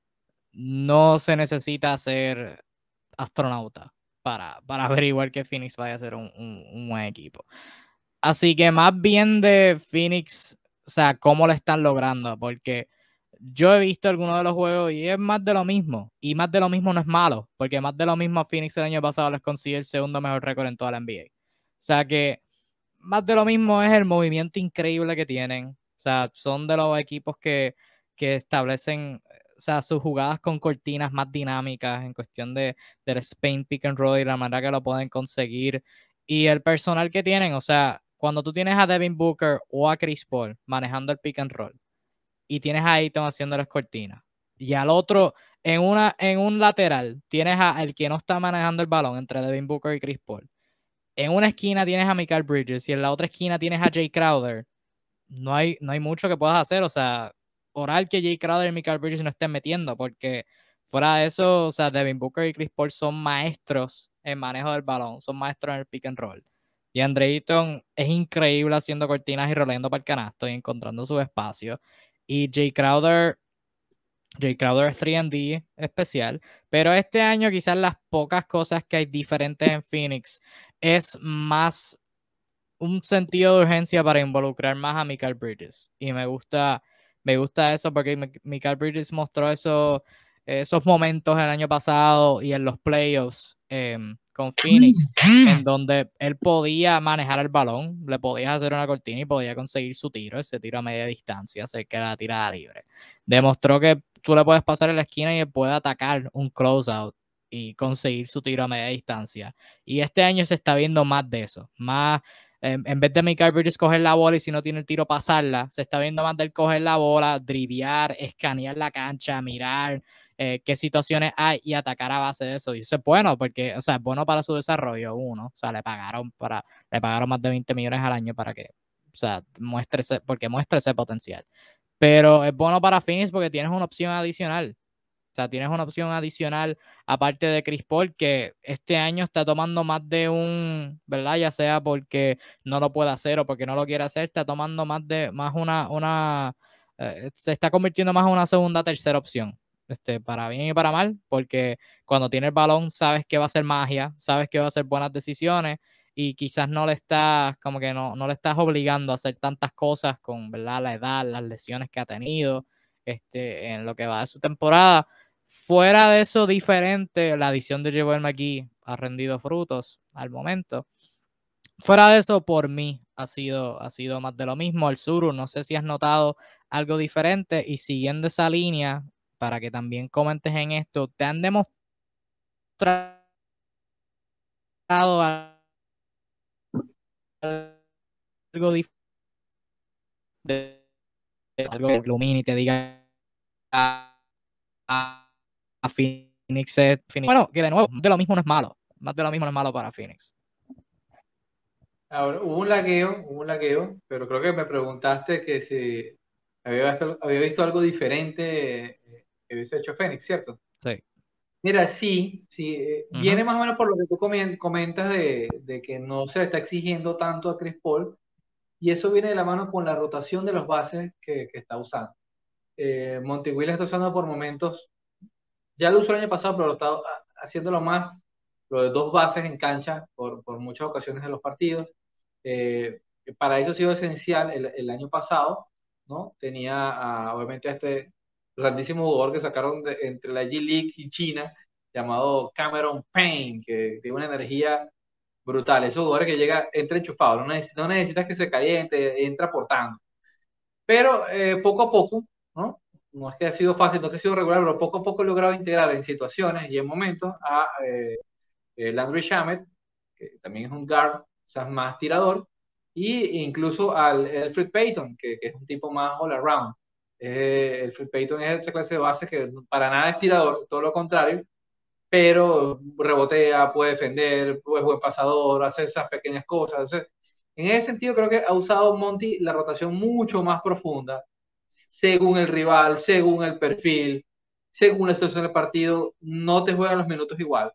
No se necesita ser astronauta para averiguar que Phoenix vaya a ser un buen equipo. Así que más bien de Phoenix, o sea, cómo lo están logrando, porque yo he visto algunos de los juegos y es más de lo mismo. Y más de lo mismo no es malo, porque más de lo mismo a Phoenix el año pasado les consiguió el segundo mejor récord en toda la NBA. O sea que más de lo mismo es el movimiento increíble que tienen. O sea, son de los equipos que establecen, o sea, sus jugadas con cortinas más dinámicas en cuestión del Spain pick and roll y la manera que lo pueden conseguir. Y el personal que tienen, o sea, cuando tú tienes a Devin Booker o a Chris Paul manejando el pick and roll y tienes a Ayton haciendo las cortinas y al otro en un lateral tienes a el que no está manejando el balón entre Devin Booker y Chris Paul. En una esquina tienes a Mikal Bridges y en la otra esquina tienes a Jay Crowder. No hay mucho que puedas hacer, o sea, orar que Jay Crowder y Mikal Bridges no estén metiendo, porque fuera de eso, o sea, Devin Booker y Chris Paul son maestros en manejo del balón, son maestros en el pick and roll. Y Andre Ayton es increíble haciendo cortinas y roleando para el canasto y encontrando su espacio. Y Jay Crowder es 3D especial, pero este año quizás las pocas cosas que hay diferentes en Phoenix es más un sentido de urgencia para involucrar más a Mikal Bridges. Y me gusta eso porque Mikal Bridges mostró esos momentos el año pasado y en los playoffs con Phoenix, en donde él podía manejar el balón, le podías hacer una cortina y podía conseguir su tiro, ese tiro a media distancia, cerca de la tirada libre. Demostró que tú le puedes pasar en la esquina y él puede atacar un closeout y conseguir su tiro a media distancia. Y este año se está viendo más de eso, más en vez de Mikal Bridges coger la bola y si no tiene el tiro pasarla, se está viendo más de él coger la bola, driviar, escanear la cancha, mirar qué situaciones hay y atacar a base de eso. Y eso es bueno porque, o sea, es bueno para su desarrollo, uno. O sea, le pagaron más de 20 millones al año para que, o sea, porque muestre ese potencial. Pero es bueno para Phoenix porque tienes una opción adicional. O sea, tienes una opción adicional aparte de Chris Paul que este año está tomando más de ¿verdad? Ya sea porque no lo puede hacer o porque no lo quiere hacer, está tomando más se está convirtiendo más en una segunda, tercera opción. Para bien y para mal, porque cuando tiene el balón sabes que va a ser magia, sabes que va a hacer buenas decisiones y quizás no le estás, como que no le estás obligando a hacer tantas cosas con, ¿verdad? La edad, las lesiones que ha tenido, en lo que va de su temporada. Fuera de eso, diferente, la adición de Joel McGee ha rendido frutos al momento. Fuera de eso, por mí ha sido más de lo mismo. El Suru, no sé si has notado algo diferente y siguiendo esa línea, para que también comentes en esto, ¿te han demostrado algo diferente, algo que ilumine y te diga a Phoenix, Phoenix? Bueno, que de nuevo, de lo mismo no es malo. Más de lo mismo no es malo para Phoenix. Ahora, hubo un lagueo, pero creo que me preguntaste que si había visto algo diferente que hubiese hecho Fénix, ¿cierto? Sí. Mira, sí, sí, Ujú. viene más o menos por lo que tú comentas de que no se le está exigiendo tanto a Chris Paul, y eso viene de la mano con la rotación de los bases que está usando. Monty Williams está usando por momentos, ya lo usó el año pasado, pero lo está haciéndolo más, lo de dos bases en cancha por muchas ocasiones de los partidos. Eh, para eso ha sido esencial el año pasado, ¿no? Tenía obviamente a este grandísimo jugador que sacaron entre la G-League y China, llamado Cameron Payne, que tiene una energía brutal. Esos jugadores que llega, entra enchufado, no necesitas que se caliente, entra aportando. Pero poco a poco, ¿no? no es que ha sido fácil, no es que ha sido regular, pero poco a poco he logrado integrar en situaciones y en momentos a Landry Shamet, que también es un guard, o sea, más tirador, y incluso al Elfrid Payton, que es un tipo más all around. Elfrid Payton es esa clase de base que para nada es tirador, todo lo contrario, pero rebotea, puede defender, es buen pasador, hace esas pequeñas cosas. Entonces, en ese sentido, creo que ha usado Monty la rotación mucho más profunda, según el rival, según el perfil, según la situación del partido, no te juegan los minutos igual.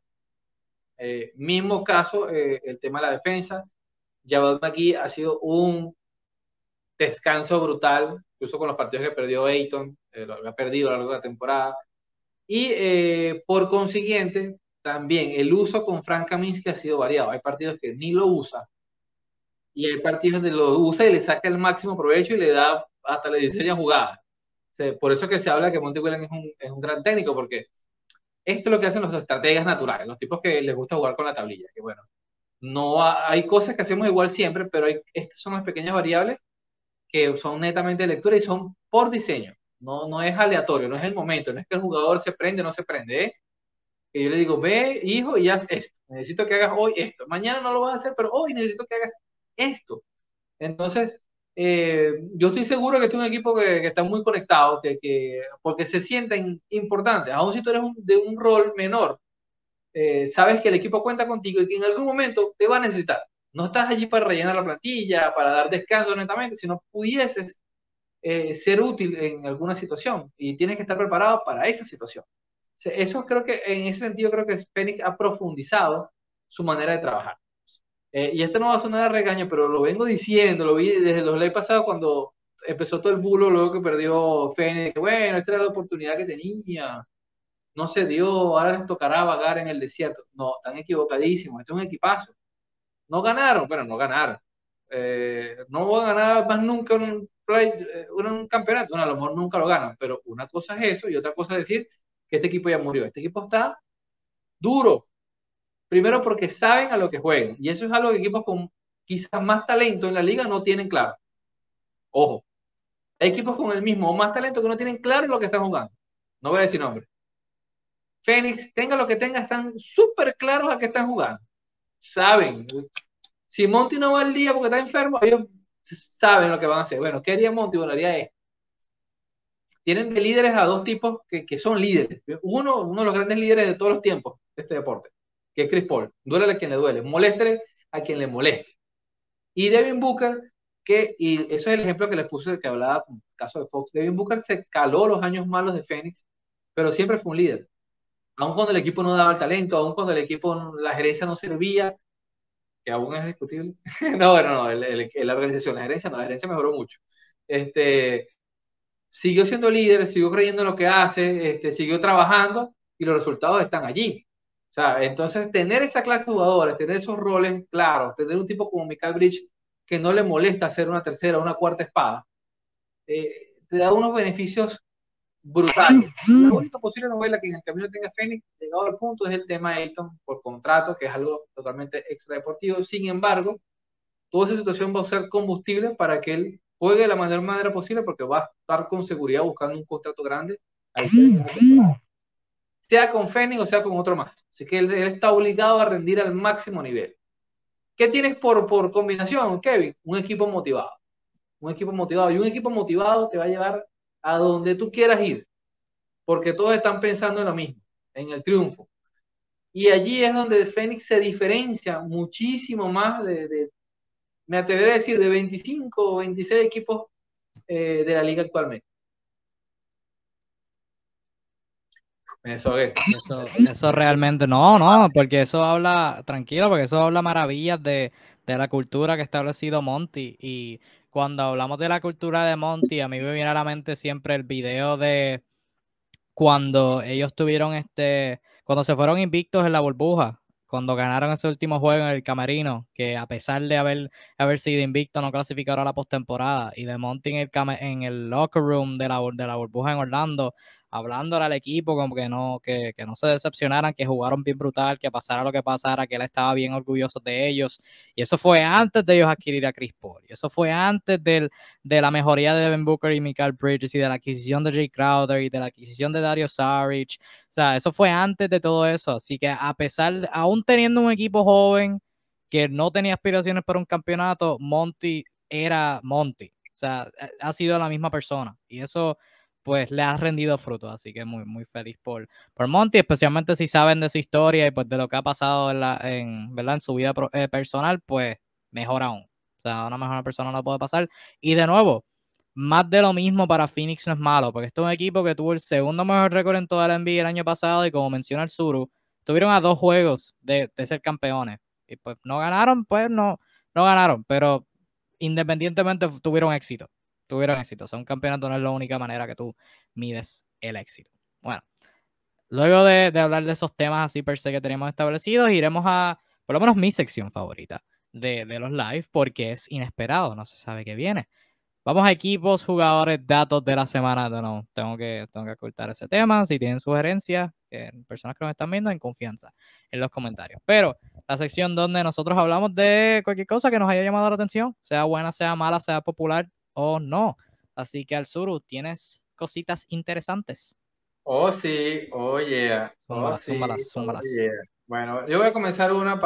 Mismo caso, el tema de la defensa. Javale McGee ha sido un descanso brutal, incluso con los partidos que perdió Ayton, lo ha perdido a lo largo de la temporada. Y por consiguiente, también el uso con Frank Kaminsky ha sido variado. Hay partidos que ni lo usa y hay partidos donde lo usa y le saca el máximo provecho y le da hasta le diseña jugadas. O sea, por eso que se habla que Monty Williams es un gran técnico, porque esto es lo que hacen los estrategas naturales, los tipos que les gusta jugar con la tablilla, que bueno, no hay cosas que hacemos igual siempre, pero estas son las pequeñas variables que son netamente de lectura y son por diseño. No, no es aleatorio, no es el momento, no es que el jugador se prende o no se prende, ¿eh? Que yo le digo, ve, hijo, y haz esto. Necesito que hagas hoy esto. Mañana no lo vas a hacer, pero hoy necesito que hagas esto. Entonces, yo estoy seguro que este es un equipo que está muy conectado, porque se sienten importantes. Aún si tú eres de un rol menor, sabes que el equipo cuenta contigo y que en algún momento te va a necesitar. No estás allí para rellenar la plantilla, para dar descanso netamente, sino pudieses ser útil en alguna situación y tienes que estar preparado para esa situación. O sea, eso creo que, en ese sentido, creo que Phoenix ha profundizado su manera de trabajar. Y esto no va a sonar de regaño, pero lo vengo diciendo, lo vi desde los leyes pasados cuando empezó todo el bulo, luego que perdió Phoenix, que bueno, esta era la oportunidad que tenía, no se dio, ahora les tocará vagar en el desierto. No, están equivocadísimos, este es un equipazo. No ganaron, bueno, no ganaron. No van a ganar más nunca un campeonato. Bueno, a lo mejor nunca lo ganan, pero una cosa es eso y otra cosa es decir que este equipo ya murió. Este equipo está duro. Primero porque saben a lo que juegan. Y eso es algo que equipos con quizás más talento en la liga no tienen claro. Ojo, hay equipos con el mismo o más talento que no tienen claro lo que están jugando. No voy a decir nombre. Phoenix, tenga lo que tenga, están súper claros a qué están jugando. Saben. Si Monty no va al día porque está enfermo, ellos saben lo que van a hacer. Bueno, ¿qué haría Monty? Bueno, haría esto. Tienen de líderes a dos tipos que son líderes. Uno de los grandes líderes de todos los tiempos de este deporte, que es Chris Paul. Duele a quien le duele, moleste a quien le moleste. Y Devin Booker, y eso es el ejemplo que les puse, que hablaba con el caso de Fox. Devin Booker se caló los años malos de Phoenix, pero siempre fue un líder. Aun cuando el equipo no daba el talento, aun cuando el equipo, la gerencia no servía, que aún es discutible. No, bueno, no, la organización, la gerencia no, la gerencia mejoró mucho. Siguió siendo líder, siguió creyendo en lo que hace, siguió trabajando y los resultados están allí. O sea, entonces tener esa clase de jugadores, tener esos roles claros, tener un tipo como Michael Bridge que no le molesta hacer una tercera o una cuarta espada, te da unos beneficios brutales. La única posible novela que en el camino tenga Phoenix, llegado al punto, es el tema Ayton por contrato, que es algo totalmente extradeportivo. Sin embargo, toda esa situación va a ser combustible para que él juegue de la mayor manera posible, porque va a estar con seguridad buscando un contrato grande, sea con Phoenix o sea con otro más. Así que él está obligado a rendir al máximo nivel. ¿Qué tienes por combinación, Kevin? Un equipo motivado. Un equipo motivado. Y un equipo motivado te va a llevar a donde tú quieras ir, porque todos están pensando en lo mismo, en el triunfo. Y allí es donde Phoenix se diferencia muchísimo más me atreveré a decir, de 25 o 26 equipos de la liga actualmente. Eso realmente no, porque eso habla, tranquilo, porque eso habla maravillas de la cultura que ha establecido Monty. Y cuando hablamos de la cultura de Monty, a mí me viene a la mente siempre el video de cuando ellos tuvieron cuando se fueron invictos en la burbuja, cuando ganaron ese último juego en el camerino, que a pesar de haber sido invicto, no clasificaron a la postemporada, y de Monty en el locker room de la burbuja en Orlando, hablándole al equipo como que no se decepcionaran, que jugaron bien brutal, que pasara lo que pasara, que él estaba bien orgulloso de ellos. Y eso fue antes de ellos adquirir a Chris Paul. Y eso fue antes de la mejoría de Devin Booker y Mikal Bridges y de la adquisición de Jay Crowder y de la adquisición de Dario Saric. O sea, eso fue antes de todo eso. Así que a pesar, aún teniendo un equipo joven que no tenía aspiraciones para un campeonato, Monty era Monty. O sea, ha sido la misma persona. Y eso pues le ha rendido fruto, así que muy, muy feliz por Monty, especialmente si saben de su historia y pues de lo que ha pasado ¿verdad? En su vida personal, pues mejor aún. O sea, una mejor persona no puede pasar. Y de nuevo, más de lo mismo para Phoenix no es malo, porque este es un equipo que tuvo el segundo mejor récord en toda la NBA el año pasado y como menciona el Suru, tuvieron a 2 juegos de ser campeones. Y pues no ganaron, pues no ganaron, pero independientemente tuvieron éxito. Tuvieron éxito. O sea, un campeonato no es la única manera que tú mides el éxito. Bueno, luego de hablar de esos temas así per se que tenemos establecidos, iremos a, por lo menos mi sección favorita de los live, porque es inesperado, no se sabe qué viene. Vamos a equipos, jugadores, datos de la semana. No, tengo que ocultar ese tema. Si tienen sugerencias, personas que nos están viendo, en confianza en los comentarios. Pero la sección donde nosotros hablamos de cualquier cosa que nos haya llamado la atención, sea buena, sea mala, sea popular o no. Así que Alzuru, tienes cositas interesantes. Oh, sí, oh, yeah, oh, Zúmbalas, sí, zúmbalas, oh, zúmbalas. yeah. Bueno, yo voy a comenzar una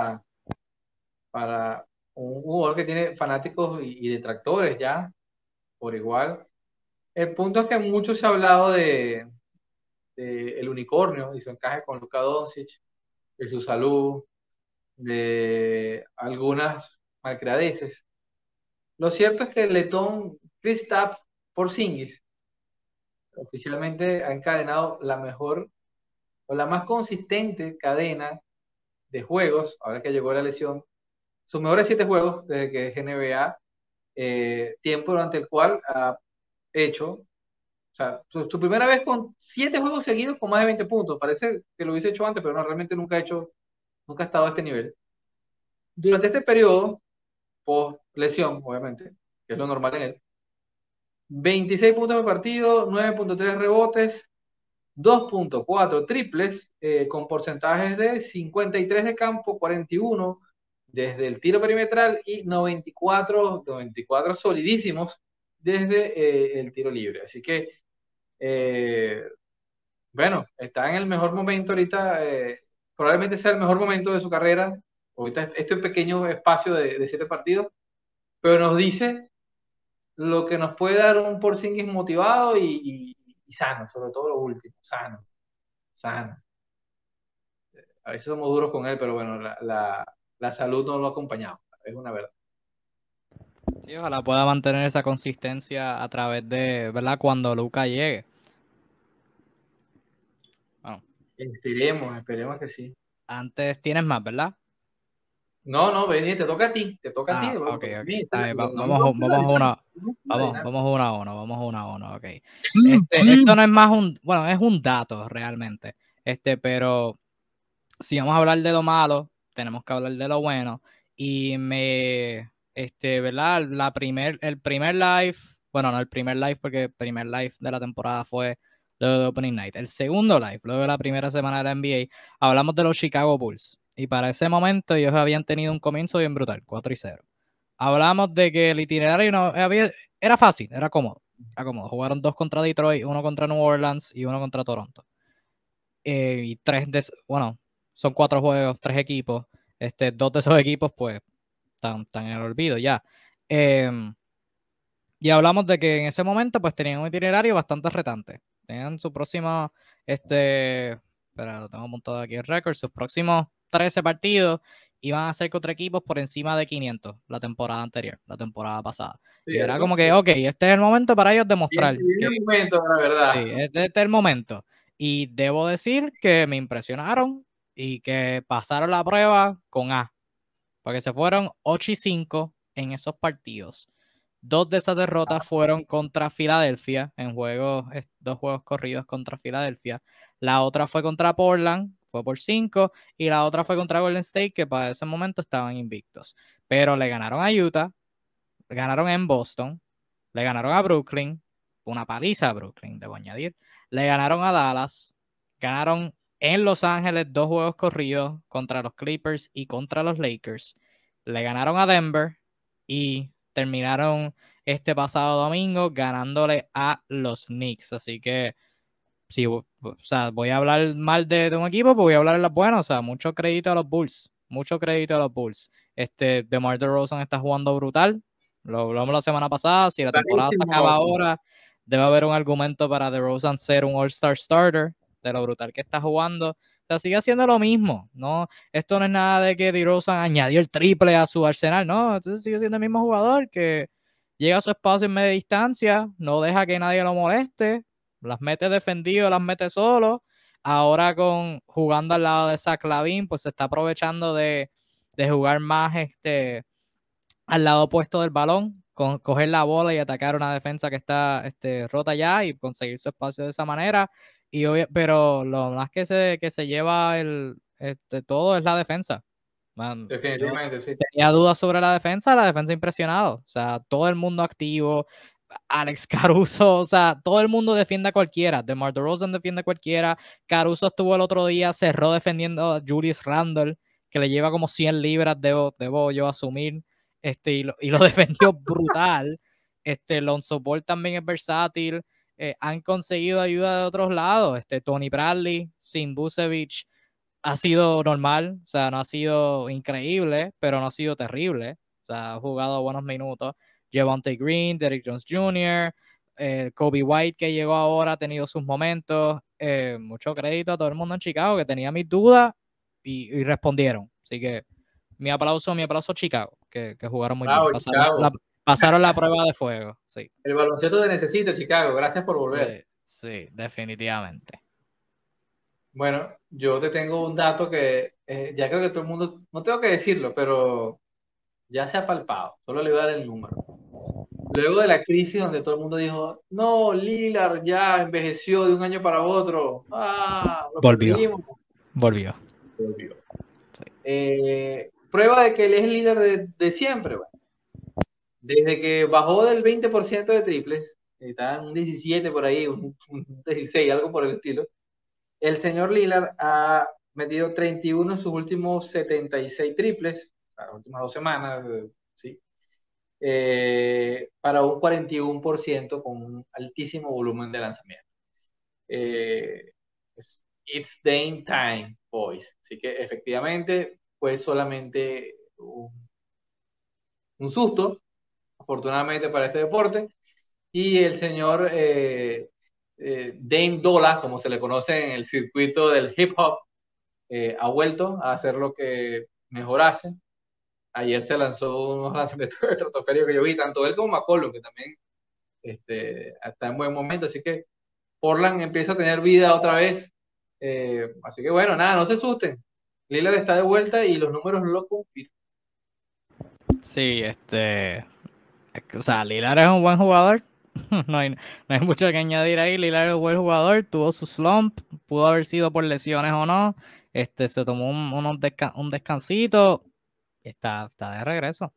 para un jugador que tiene fanáticos y detractores ya, por igual. El punto es que mucho se ha hablado de el unicornio y su encaje con Luka Doncic, de su salud, de algunas malcriadeces. Lo cierto es que el letón Kristaps Porzingis oficialmente ha encadenado la mejor o la más consistente cadena de juegos, ahora que llegó la lesión, sus mejores 7 juegos desde que es NBA, tiempo durante el cual ha hecho, o sea, su primera vez con 7 juegos seguidos con más de 20 puntos. Parece que lo hubiese hecho antes, pero no, realmente nunca ha estado a este nivel. Durante este periodo, post lesión, obviamente, que es lo normal en él, 26 puntos por partido, 9.3 rebotes, 2.4 triples, con porcentajes de 53 de campo, 41 desde el tiro perimetral y 94 solidísimos desde el tiro libre. Así que, eh, bueno, está en el mejor momento ahorita, probablemente sea el mejor momento de su carrera, ahorita este pequeño espacio de 7 partidos, pero nos dice lo que nos puede dar un Porzingis motivado y sano, sobre todo lo último, sano, sano. A veces somos duros con él, pero bueno, la salud no lo ha acompañado, es una verdad. Sí, ojalá pueda mantener esa consistencia a través de, ¿verdad? Cuando Luka llegue. Bueno, Esperemos que sí. antes tienes más, ¿verdad? No, no, Benny, te toca a ti, Ah, bro, ok, porque ok. sí, Está bien, no me rompas la vamos a una, dinámica, no me rompas la dinámica. vamos una a uno, vamos una a uno, ok. Esto no es más bueno, es un dato realmente. Pero si vamos a hablar de lo malo, tenemos que hablar de lo bueno. Y ¿verdad? El primer live, bueno, no el primer live, porque el primer live de la temporada fue luego de Opening Night. El segundo live, luego de la primera semana de la NBA, hablamos de los Chicago Bulls. Y para ese momento ellos habían tenido un comienzo bien brutal, 4-0. Hablamos de que el itinerario era fácil, era cómodo. Era cómodo. Jugaron 2 contra Detroit, 1 contra New Orleans y 1 contra Toronto. Y bueno, son 4 juegos, 3 equipos. 2 de esos equipos, pues, están en el olvido ya. Em, y hablamos de que en ese momento, pues, tenían un itinerario bastante retante. Tenían su próximo, espera, lo tengo montado aquí el récord, sus próximos 13 partidos iban a ser contra equipos por encima de 500 la temporada anterior, la temporada pasada. Y era Cierto, como que, ok, este es el momento para ellos bien, demostrar bien que el momento, la verdad. sí, este es el momento. Y debo decir que me impresionaron y que pasaron la prueba con A, porque se fueron 8-5 en esos partidos. 2 de esas derrotas fueron contra Filadelfia, 2 juegos corridos contra Filadelfia. La otra fue contra Portland, fue por 5, y la otra fue contra Golden State, que para ese momento estaban invictos. Pero le ganaron a Utah, le ganaron en Boston, le ganaron a Brooklyn, una paliza a Brooklyn, debo añadir. Le ganaron a Dallas, ganaron en Los Ángeles 2 juegos corridos contra los Clippers y contra los Lakers. Le ganaron a Denver y terminaron este pasado domingo ganándole a los Knicks. Así que sí, o sea, voy a hablar mal de un equipo, pues voy a hablar de las buenas. O sea, mucho crédito a los Bulls. Mucho crédito a los Bulls. DeMar DeRozan está jugando brutal. Lo hablamos la semana pasada. Si la temporada se acaba ahora, debe haber un argumento para DeRozan ser un All-Star starter de lo brutal que está jugando. O sea, sigue haciendo lo mismo, ¿no? Esto no es nada de que DeRozan añadió el triple a su arsenal, no. Entonces sigue siendo el mismo jugador que llega a su espacio en media distancia, no deja que nadie lo moleste, las mete defendido, las mete solo. Ahora jugando al lado de Zach LaVine, pues se está aprovechando de jugar más al lado opuesto del balón, coger la bola y atacar una defensa que está rota ya y conseguir su espacio de esa manera. Pero lo más que se lleva todo es la defensa. Man, Definitivamente, sí. tenía dudas sobre la defensa impresionado. O sea, todo el mundo activo, Alex Caruso, o sea, todo el mundo defiende a cualquiera. DeMar DeRozan defiende a cualquiera. Caruso estuvo el otro día, cerró defendiendo a Julius Randle, que le lleva como 100 libras, debo yo asumir, y lo defendió brutal. Lonzo Ball también es versátil. Han conseguido ayuda de otros lados. Tony Bradley, sin Vucevic, ha sido normal, o sea, no ha sido increíble, pero no ha sido terrible. O sea, ha jugado buenos minutos. Javonte Green, Derrick Jones Jr., Kobe White, que llegó ahora, ha tenido sus momentos. Mucho crédito a todo el mundo en Chicago, que tenía mis dudas y respondieron. Así que mi aplauso a Chicago, que jugaron muy bien. Pasaron la prueba de fuego. Sí. El baloncesto te necesita, Chicago. Gracias por volver. Sí, definitivamente. Bueno, yo te tengo un dato que ya creo que todo el mundo, no tengo que decirlo, pero ya se ha palpado. Solo le voy a dar el número. Luego de la crisis donde todo el mundo dijo, no, Lillard ya envejeció de un año para otro. Lo perdimos. Volvió. Sí. Prueba de que él es el líder de siempre. Bueno. Desde que bajó del 20% de triples, está en un 17 por ahí, un 16, algo por el estilo. El señor Lillard ha metido 31 en sus últimos 76 triples, las últimas 2 semanas, ¿sí? Para un 41% con un altísimo volumen de lanzamiento. It's Dame time, boys. Así que efectivamente fue solamente un susto, afortunadamente para este deporte, y el señor Dame Dolla, como se le conoce en el circuito del hip hop, ha vuelto a hacer lo que mejor hace. Ayer se lanzó unos lanzamientos estratosféricos que yo vi, tanto él como McCollum, que también está en buen momento, así que Portland empieza a tener vida otra vez. Así que bueno, nada, no se asusten. Lillard está de vuelta y los números lo confirman. Sí, o sea, Lillard es un buen jugador. No hay mucho que añadir ahí. Lillard es un buen jugador. Tuvo su slump. Pudo haber sido por lesiones o no. Se tomó un descansito. Está de regreso.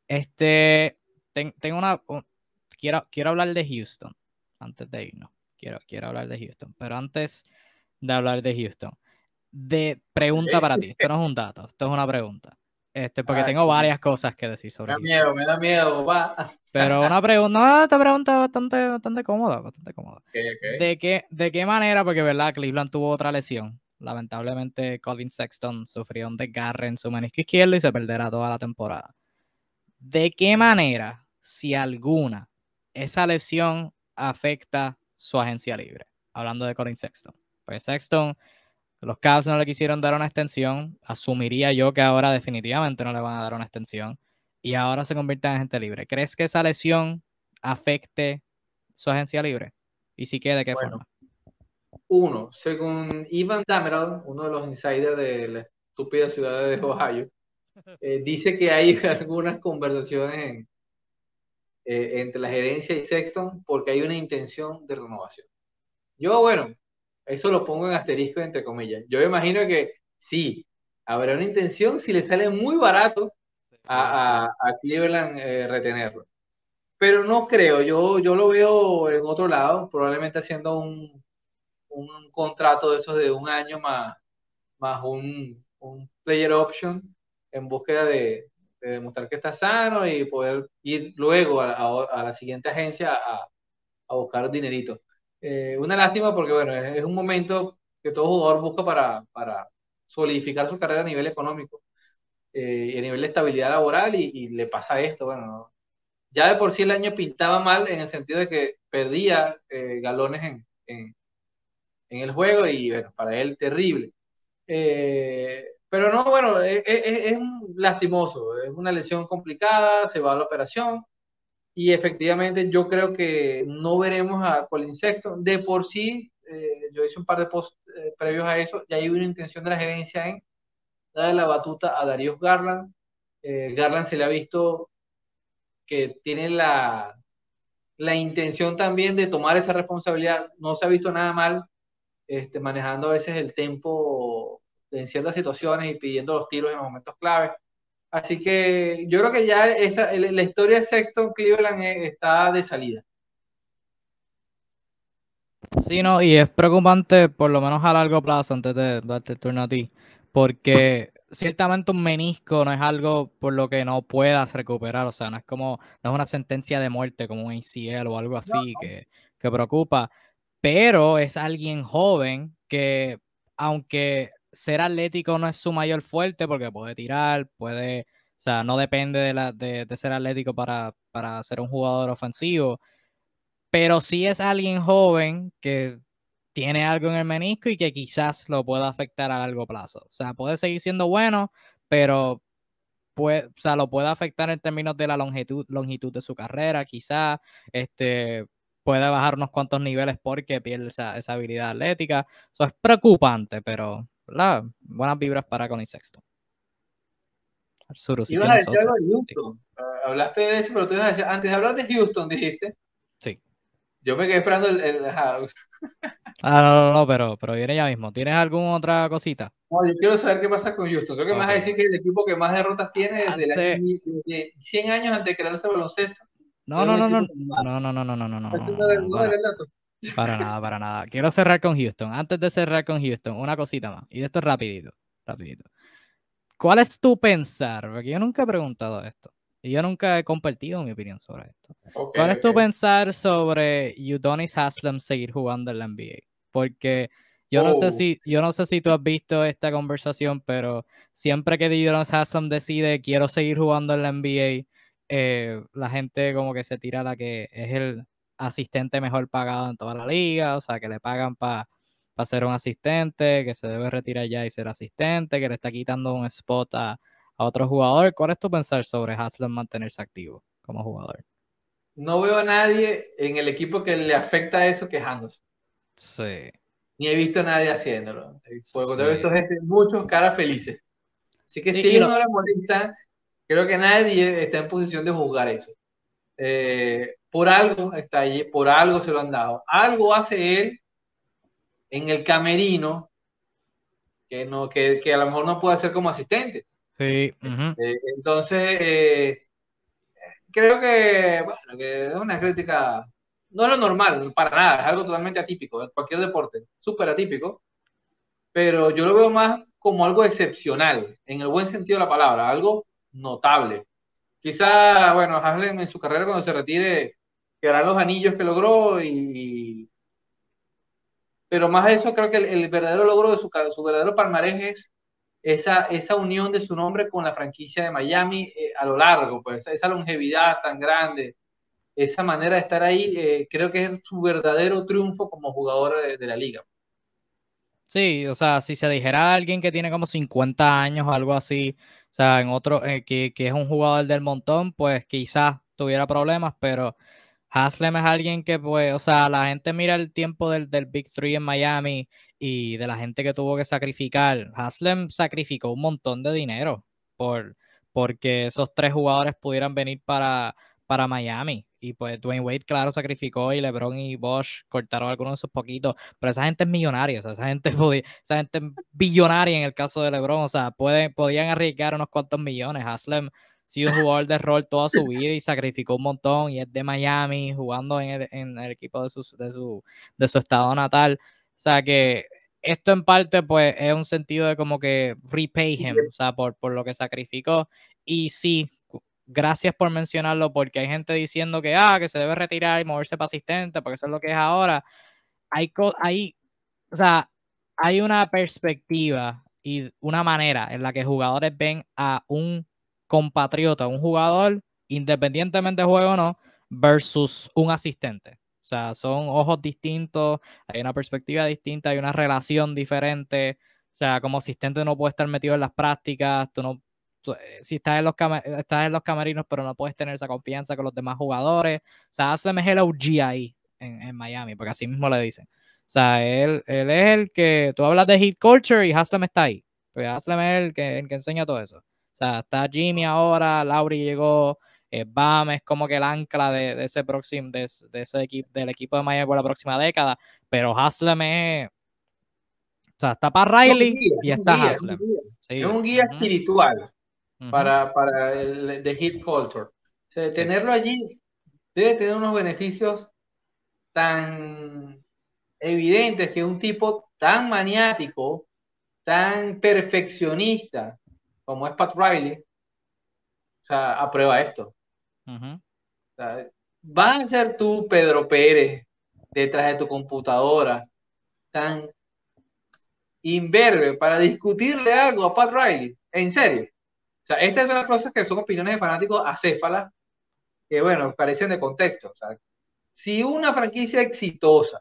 Tengo quiero hablar de Houston. Antes de irnos. Quiero hablar de Houston. Pero antes de hablar de Houston. Pregunta para ti. Esto no es un dato. Esto es una pregunta. Porque tengo varias cosas que decir sobre Houston. Me da miedo, va. Pero una pregunta, no, esta pregunta es bastante cómoda, bastante cómoda. Okay. ¿De qué manera? Porque, ¿verdad? Cleveland tuvo otra lesión. Lamentablemente, Colin Sexton sufrió un desgarre en su menisco izquierdo y se perderá toda la temporada. ¿De qué manera, si alguna, esa lesión afecta su agencia libre? Hablando de Colin Sexton. Pues Sexton, los Cavs no le quisieron dar una extensión. Asumiría yo que ahora definitivamente no le van a dar una extensión. Y ahora se convierte en agente libre. ¿Crees que esa lesión afecte su agencia libre? Y si qué, ¿de qué forma? Uno, según Ivan Damerol, uno de los insiders de la estúpida ciudad de Ohio, dice que hay algunas conversaciones entre la gerencia y Sexton porque hay una intención de renovación. Yo, bueno, eso lo pongo en asterisco entre comillas. Yo imagino que sí, habrá una intención si le sale muy barato a Cleveland retenerlo. pero no creo, yo lo veo en otro lado, probablemente haciendo un contrato de esos de un año más un player option en búsqueda de demostrar que está sano y poder ir luego a la siguiente agencia a buscar dinerito. Una lástima porque, bueno, es un momento que todo jugador busca para solidificar su carrera a nivel económico y a nivel de estabilidad laboral y le pasa esto, bueno, ¿no? Ya de por sí el año pintaba mal en el sentido de que perdía galones en el juego y, bueno, para él terrible. Pero no, bueno, es lastimoso, es una lesión complicada, se va a la operación y efectivamente yo creo que no veremos a Colin Sexton. De por sí, yo hice un par de posts previos a eso, ya hay una intención de la gerencia en darle la batuta a Darius Garland. Garland se le ha visto que tiene la intención también de tomar esa responsabilidad, no se ha visto nada mal manejando a veces el tempo en ciertas situaciones y pidiendo los tiros en los momentos claves. Así que yo creo que ya la historia de Sexton Cleveland está de salida. Sí, no, y es preocupante por lo menos a largo plazo, antes de darte el turno a ti, porque ciertamente un menisco no es algo por lo que no puedas recuperar, o sea, no es como, no es una sentencia de muerte como un ACL o algo No, así que preocupa, pero es alguien joven que, aunque ser atlético no es su mayor fuerte, porque puede tirar, puede, o sea, no depende de ser atlético para ser un jugador ofensivo, pero sí es alguien joven que tiene algo en el menisco y que quizás lo pueda afectar a largo plazo. O sea, puede seguir siendo bueno, pero puede, o sea, lo puede afectar en términos de la longitud de su carrera, quizás puede bajar unos cuantos niveles porque pierde esa habilidad atlética. Eso es preocupante, pero ¿verdad? Buenas vibras para Connie Sexton. Arzuru, si ibas a tienes decir algo otra. de Sí, Houston. Hablaste de eso, pero tú ibas a decir, antes de hablar de Houston, dijiste, sí. yo me quedé esperando Ah, no, no, no, pero viene ya mismo. ¿Tienes alguna otra cosita? no, yo quiero saber qué pasa con Houston. Creo que me vas Ok, a decir que es el equipo que más derrotas tiene desde el año antes, de 100 años antes de crearse el baloncesto. no, Es no, un no, no, equipo no, con más. no, no, no, no, no, no, no, Eso no, no no, era, no, no era el dato. para nada, para nada. Quiero cerrar con Houston. Antes de cerrar con Houston, una cosita más. Y esto es rapidito, rapidito. ¿Cuál es tu pensar? Porque yo nunca he preguntado esto. Y yo nunca he compartido mi opinión sobre esto. Ok, ¿Cuál es tu ok. pensar sobre Udonis Haslem seguir jugando en la NBA? Porque Oh, yo no sé si tú has visto esta conversación, pero siempre que Udonis Haslem decide quiero seguir jugando en la NBA, la gente como que se tira a la que es el asistente mejor pagado en toda la liga, o sea, que le pagan para ser un asistente, que se debe retirar ya y ser asistente, que le está quitando un spot a otro jugador. ¿Cuál es tu pensar sobre Haslem mantenerse activo como jugador? no veo a nadie en el equipo que le afecta eso quejándose. Sí, Ni he visto a nadie haciéndolo. Porque he visto sí. gente, muchos caras felices. Así que Sí, si a ellos no les molesta, creo que nadie está en posición de juzgar eso. Por algo está allí, por algo se lo han dado. Algo hace él en el camerino que a lo mejor no puede hacer como asistente. sí, ujú. Entonces, creo que, bueno, que es una crítica, no es lo normal, para nada, es algo totalmente atípico, en cualquier deporte, súper atípico, pero yo lo veo más como algo excepcional, en el buen sentido de la palabra, algo notable. Quizá, bueno, Haslem en su carrera cuando se retire, quedarán los anillos que logró pero más de eso creo que el verdadero logro de su verdadero palmarés es esa unión de su nombre con la franquicia de Miami a lo largo, pues esa longevidad tan grande, esa manera de estar ahí, creo que es su verdadero triunfo como jugador de la liga. Sí, o sea, si se dijera a alguien que tiene como 50 años o algo así, o sea, en otro, que es un jugador del montón, pues quizás tuviera problemas, pero Haslem es alguien que, pues, o sea, la gente mira el tiempo del Big Three en Miami y de la gente que tuvo que sacrificar. Haslem sacrificó un montón de dinero porque esos tres jugadores pudieran venir para Miami. Y pues Dwayne Wade, claro, sacrificó y LeBron y Bosh cortaron algunos de sus poquitos. Pero esa gente es millonaria, o sea, esa gente, esa gente es billonaria en el caso de LeBron, o sea, podían arriesgar unos cuantos millones. Haslem sido jugador de rol toda su vida y sacrificó un montón y es de Miami jugando en el equipo de su estado natal. O sea que esto en parte pues es un sentido de como que repay him, o sea, por lo que sacrificó. Y sí, gracias por mencionarlo porque hay gente diciendo que se debe retirar y moverse para asistente porque eso es lo que es ahora. O sea, hay una perspectiva y una manera en la que jugadores ven a un compatriota, un jugador, independientemente de juego o no, versus un asistente. O sea, son ojos distintos, hay una perspectiva distinta, hay una relación diferente. O sea, como asistente no puedes estar metido en las prácticas, si estás en los camerinos, pero no puedes tener esa confianza con los demás jugadores. O sea, Haslem es el OG ahí en Miami, porque así mismo le dicen. O sea, él es el que tú hablas de hit culture y Haslem está ahí. Porque Haslem es el que enseña todo eso. O sea, está Jimmy ahora, Lauri llegó, Bam es como que el ancla de ese próximo, de ese equipo, del equipo de Miami por la próxima década. Pero Haslem es, o sea, está para Es un Riley guía, y es un está guía, es un Haslem. guía. Es Sí. un guía espiritual Ujú. para el de Hit Culture. O sea, Sí. tenerlo allí debe tener unos beneficios tan evidentes que un tipo tan maniático, tan perfeccionista como es Pat Riley, o sea, aprueba esto. Ujú. O sea, vas a ser tú, Pedro Pérez, detrás de tu computadora, tan imberbe para discutirle algo a Pat Riley. En serio. O sea, estas son las cosas que son opiniones de fanáticos acéfalas, que bueno, carecen de contexto. O sea, si una franquicia exitosa,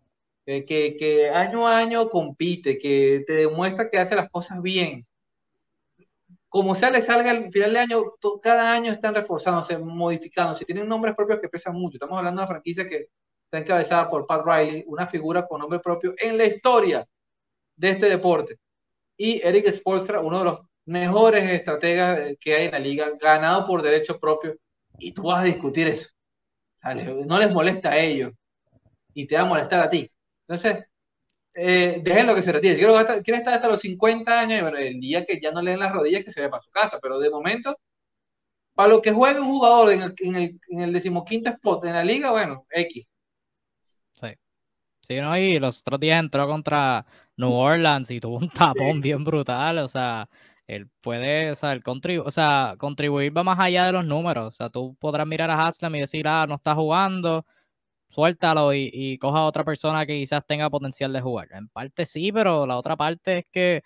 que año a año compite, que te demuestra que hace las cosas bien, como sea le salga al final de año, cada año están reforzándose, modificándose, tienen nombres propios que pesan mucho. Estamos hablando de una franquicia que está encabezada por Pat Riley, una figura con nombre propio en la historia de este deporte. Y Eric Spoelstra, uno de los mejores estrategas que hay en la liga, ganado por derecho propio, y tú vas a discutir eso. O sea, no les molesta a ellos y te va a molestar a ti. Entonces, déjenlo que se retire. Si quieren estar hasta los 50 años, y bueno, el día que ya no le den las rodillas, que se vaya para su casa, pero de momento, para lo que juegue un jugador en el decimoquinto spot en la liga, bueno, X. Sí. Sí, ¿no? Y los otros días entró contra New Orleans y tuvo un tapón bien brutal. O sea, él puede, o sea, contribuir va más allá de los números. O sea, tú podrás mirar a Haslem y decir, no está jugando, suéltalo y coja a otra persona que quizás tenga potencial de jugar. En parte sí, pero la otra parte es que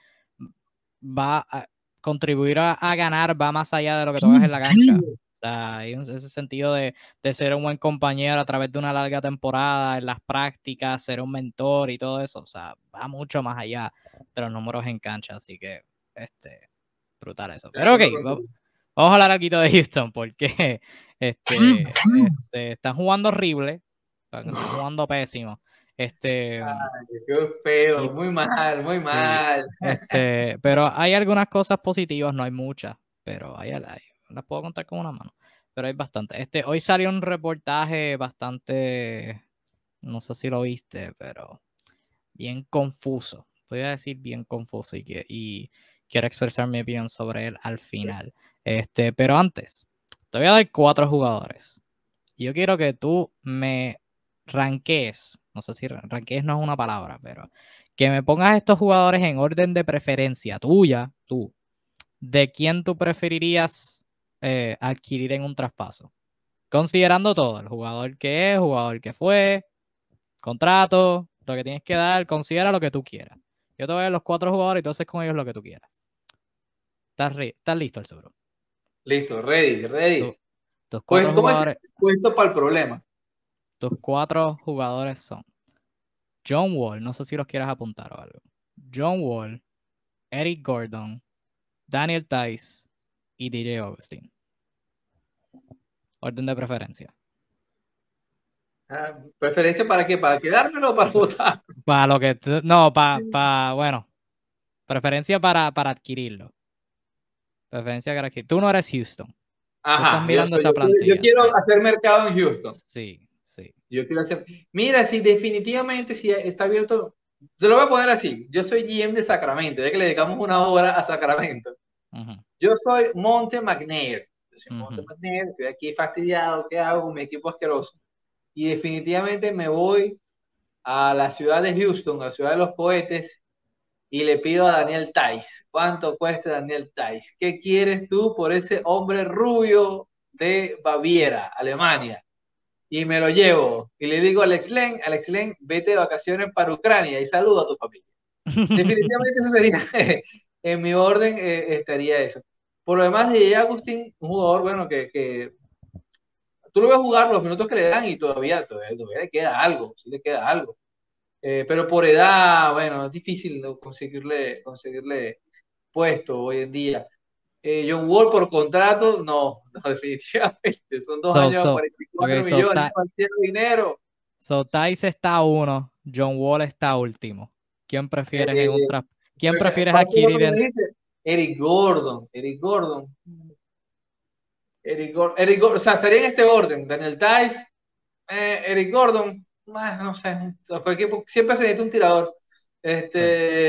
va a contribuir a ganar, va más allá de lo que tú hagas en la cancha. O sea, hay ese sentido de ser un buen compañero a través de una larga temporada, en las prácticas, ser un mentor y todo eso. O sea, va mucho más allá de los números en cancha. Así que, brutal eso. De Pero ok, acuerdo vamos contigo. a hablar aquí de Houston porque están jugando horrible, están jugando pésimo. Ay, qué feo, Y muy mal, muy sí, mal. pero hay algunas cosas positivas, no hay muchas, pero las puedo contar con una mano, pero hay bastante. Hoy salió un reportaje bastante, no sé si lo viste, pero bien confuso. Voy a decir bien confuso y quiero expresar mi opinión sobre él al final. Pero antes, te voy a dar 4 jugadores. Y yo quiero que tú me ranquees, no sé si ranquees no es una palabra, pero que me pongas estos jugadores en orden de preferencia tuya, tú, de quién tú preferirías adquirir en un traspaso. Considerando todo, el jugador que es, jugador que fue, contrato, lo que tienes que dar, considera lo que tú quieras. Yo te voy a dar los 4 jugadores y tú haces con ellos lo que tú quieras. ¿Estás listo, el seguro? Listo, ready, Tu- ready. tus Pues, cuatro ¿cómo es jugadores, puesto para el problema? tus 4 jugadores son John Wall, no sé si los quieras apuntar o algo. John Wall, Eric Gordon, Daniel Tice y DJ Augustin. Orden de preferencia. ¿Preferencia para qué? ¿Para quedármelo o para votar? Para lo que no, bueno, preferencia para adquirirlo. Preferencia para adquirir. Tú no eres Houston. Tú estás Ajá, mirando esa yo plantilla, quiero sí. hacer mercado en Houston. Sí, sí. Yo quiero hacer. Mira, si definitivamente si está abierto, te lo voy a poner así. Yo soy GM de Sacramento, ya que le dedicamos una hora a Sacramento. Ujú. Yo soy Monte McNair. Entonces, ¿cómo te mantienes? Estoy aquí fastidiado, ¿qué hago con mi equipo asqueroso? Y definitivamente me voy a la ciudad de Houston, a la ciudad de los cohetes, y le pido a Daniel Tais, ¿cuánto cuesta Daniel Tais? ¿Qué quieres tú por ese hombre rubio de Baviera, Alemania? Y me lo llevo. Y le digo a Alex Len, vete de vacaciones para Ucrania y saluda a tu familia. Definitivamente eso sería, en mi orden estaría eso. Por lo demás, de Agustín, un jugador, bueno, que tú lo ves jugar los minutos que le dan y todavía le queda algo, sí le queda algo. Pero por edad, bueno, es difícil, ¿no? conseguirle puesto hoy en día. John Wall por contrato, no, no, definitivamente. Son 2 años a 44 Okay, so, millones, cualquier dinero. so Tice está uno, John Wall está último. ¿Quién prefieres en un Eh, trap? ¿Quién prefieres ¿Para qué adquirir otro me en? dijiste? Eric Gordon, o sea, estaría en este orden. Daniel Tice, Eric Gordon, no sé, siempre se necesita un tirador. Sí,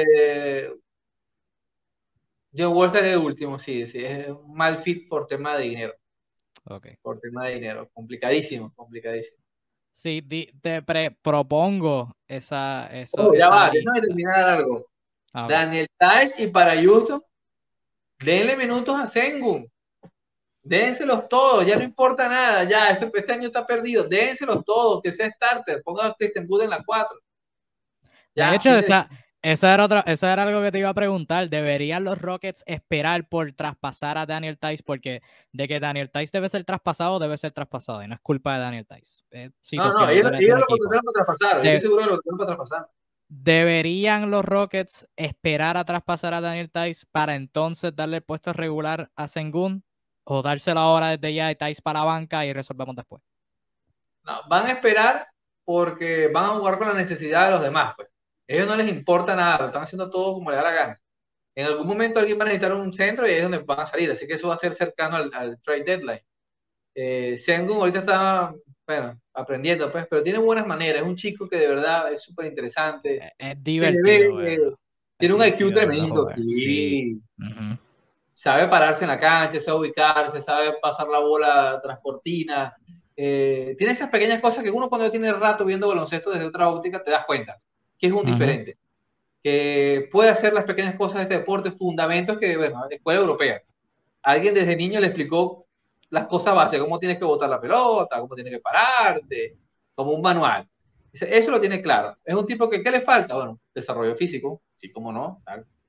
John Wall estaría de último, sí, sí, es un mal fit por tema de dinero. ok. Por tema de dinero, complicadísimo, complicadísimo. Sí, te propongo Oh, ya esa va, déjame lista. terminar algo. Ah, ok. Daniel Tice y para Houston, denle minutos a Sengun. Dénselos todos, ya no importa nada, ya, este año está perdido, dénselos todos, que sea starter, ponga a Christian Wood en la 4. De Ya, hecho, fin de... esa era algo que te iba a preguntar. ¿Deberían los Rockets esperar por traspasar a Daniel Tice? Porque de que Daniel Tice debe ser traspasado. Y no es culpa de Daniel Tice. Es No, no, situación ellos del lo equipo. contrataron para traspasar, yo estoy seguro de lo que contrataron para traspasar. ¿Deberían los Rockets esperar a traspasar a Daniel Tice para entonces darle el puesto regular a Sengun? ¿O dárselo ahora desde ya y Tice para la banca y resolvemos después? No, van a esperar porque van a jugar con la necesidad de los demás, pues. A ellos no les importa nada, lo están haciendo todo como les da la gana. En algún momento alguien va a necesitar un centro y ahí es donde van a salir, así que eso va a ser cercano al trade deadline. Sengun ahorita está, bueno, aprendiendo, pues, pero tiene buenas maneras, es un chico que de verdad es súper interesante, Es se le ve, divertido verlo. Es tiene un IQ divertido verlo tremendo, jugar. Sí. sí, Ujú. sabe pararse en la cancha, sabe ubicarse, sabe pasar la bola tras cortina, tiene esas pequeñas cosas que uno cuando tiene rato viendo baloncesto desde otra óptica te das cuenta, que es un Ujú. diferente, que puede hacer las pequeñas cosas de este deporte, fundamentos que, bueno, escuela europea. Alguien desde niño le explicó las cosas básicas, cómo tienes que botar la pelota, cómo tienes que pararte, como un manual. Eso lo tiene claro. Es un tipo que, ¿qué le falta? Bueno, desarrollo físico, sí, cómo no.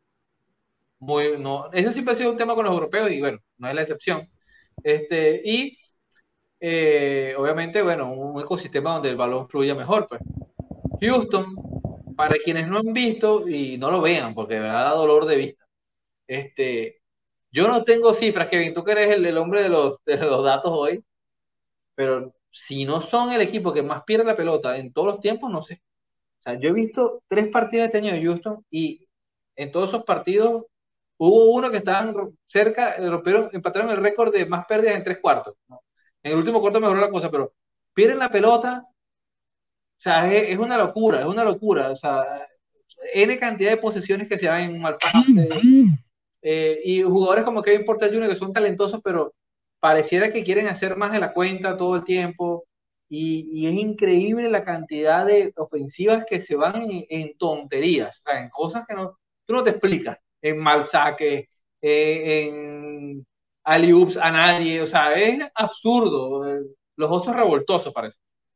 Muy, no. Eso siempre ha sido un tema con los europeos y bueno, no es la excepción. Y obviamente, bueno, un ecosistema donde el balón fluya mejor. Pues. Houston, para quienes no han visto y no lo vean, porque de verdad da dolor de vista. Yo no tengo cifras, Kevin, tú que eres el hombre de los datos hoy, pero si no son el equipo que más pierde la pelota en todos los tiempos, no sé. O sea, yo he visto 3 partidos este año de Houston y en todos esos partidos hubo uno que estaban cerca, empataron el récord de más pérdidas en 3 cuartos, ¿no? En el último cuarto mejoró la cosa, pero pierden la pelota, o sea, es una locura, es una locura. O sea, N cantidad de posesiones que se van en un mal pase. Y jugadores como Kevin Porter Jr. que son talentosos, pero pareciera que quieren hacer más de la cuenta todo el tiempo. Y es increíble la cantidad de ofensivas que se van en tonterías, o sea, en cosas que tú no te explicas, en mal saque, en alley-oops a nadie, o sea, es absurdo. Los osos revoltosos parece.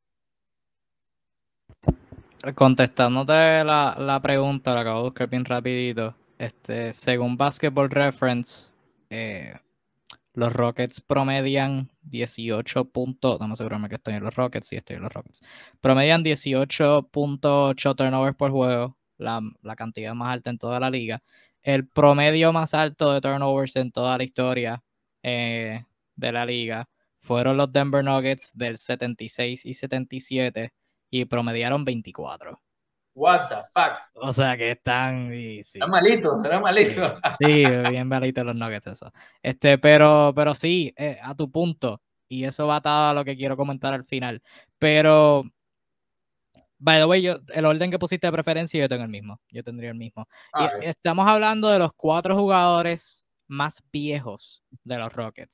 Contestándote la pregunta, la acabo de buscar bien rapidito. Según Basketball Reference, los Rockets promedian 18 puntos. Vamos a asegurarme que estoy en los Rockets. Sí, estoy en los Rockets. Promedian 18.8 turnovers por juego, la cantidad más alta en toda la liga. El promedio más alto de turnovers en toda la historia de la liga fueron los Denver Nuggets del 76 y 77 y promediaron 24. What the fuck. O sea que están, y Era sí, malito, era malito. sí, sí, bien balitos los Nuggets eso. Pero sí, a tu punto, y eso va atado a lo que quiero comentar al final. Pero, by the way, el orden que pusiste de preferencia, yo tengo el mismo. Yo tendría el mismo. Y Okay. estamos hablando de los 4 jugadores más viejos de los Rockets.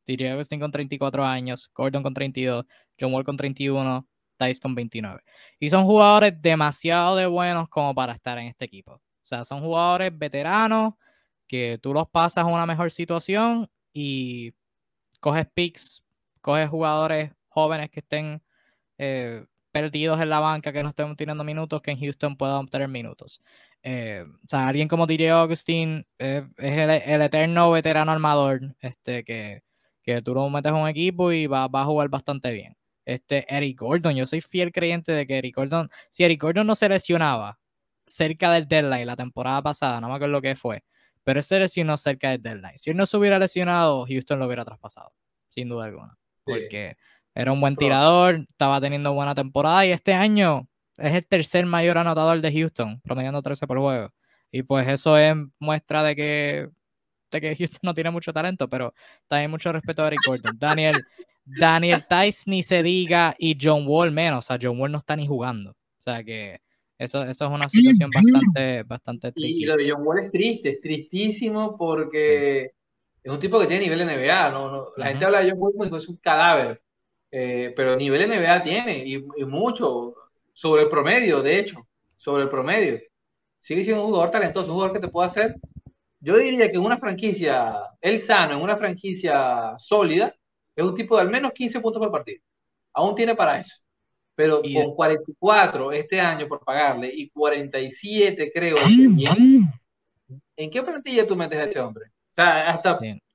TJ Augustin con 34 años, Gordon con 32, John Wall con 31, Tice con 29. Y son jugadores demasiado de buenos como para estar en este equipo. O sea, son jugadores veteranos que tú los pasas a una mejor situación y coges picks, coges jugadores jóvenes que estén perdidos en la banca, que no estén tirando minutos, que en Houston puedan obtener minutos. O sea, alguien como DJ Augustin es el eterno veterano armador que tú lo metes en un equipo y va a jugar bastante bien. Eric Gordon, yo soy fiel creyente de que Eric Gordon, si Eric Gordon no se lesionaba cerca del deadline la temporada pasada, no me acuerdo lo que fue, pero él se lesionó cerca del deadline. Si él no se hubiera lesionado, Houston lo hubiera traspasado, sin duda alguna, Sí, porque era un buen probable. tirador, estaba teniendo buena temporada y este año es el tercer mayor anotador de Houston, promediando 13 por juego. Y pues eso es muestra de que Houston no tiene mucho talento, pero también mucho respeto a Eric Gordon. Daniel Tice ni se diga y John Wall menos. O sea, John Wall no está ni jugando. O sea que eso es una situación bastante Y tricky. lo de John Wall es triste, es tristísimo Sí. porque es un tipo que tiene nivel NBA, ¿no? La gente Ujú. habla de John Wall como si fuese un cadáver, pero nivel NBA tiene y mucho, sobre el promedio, de hecho, sobre el promedio. Sigue siendo un jugador talentoso, un jugador que te puede hacer. Yo diría que en una franquicia, él sano, en una franquicia sólida, es un tipo de al menos 15 puntos por partido. Aún tiene para eso. Pero Y con 44 este año por pagarle y 47 creo que viene, ¿en qué plantilla tú metes a ese hombre? O sea, hasta sí,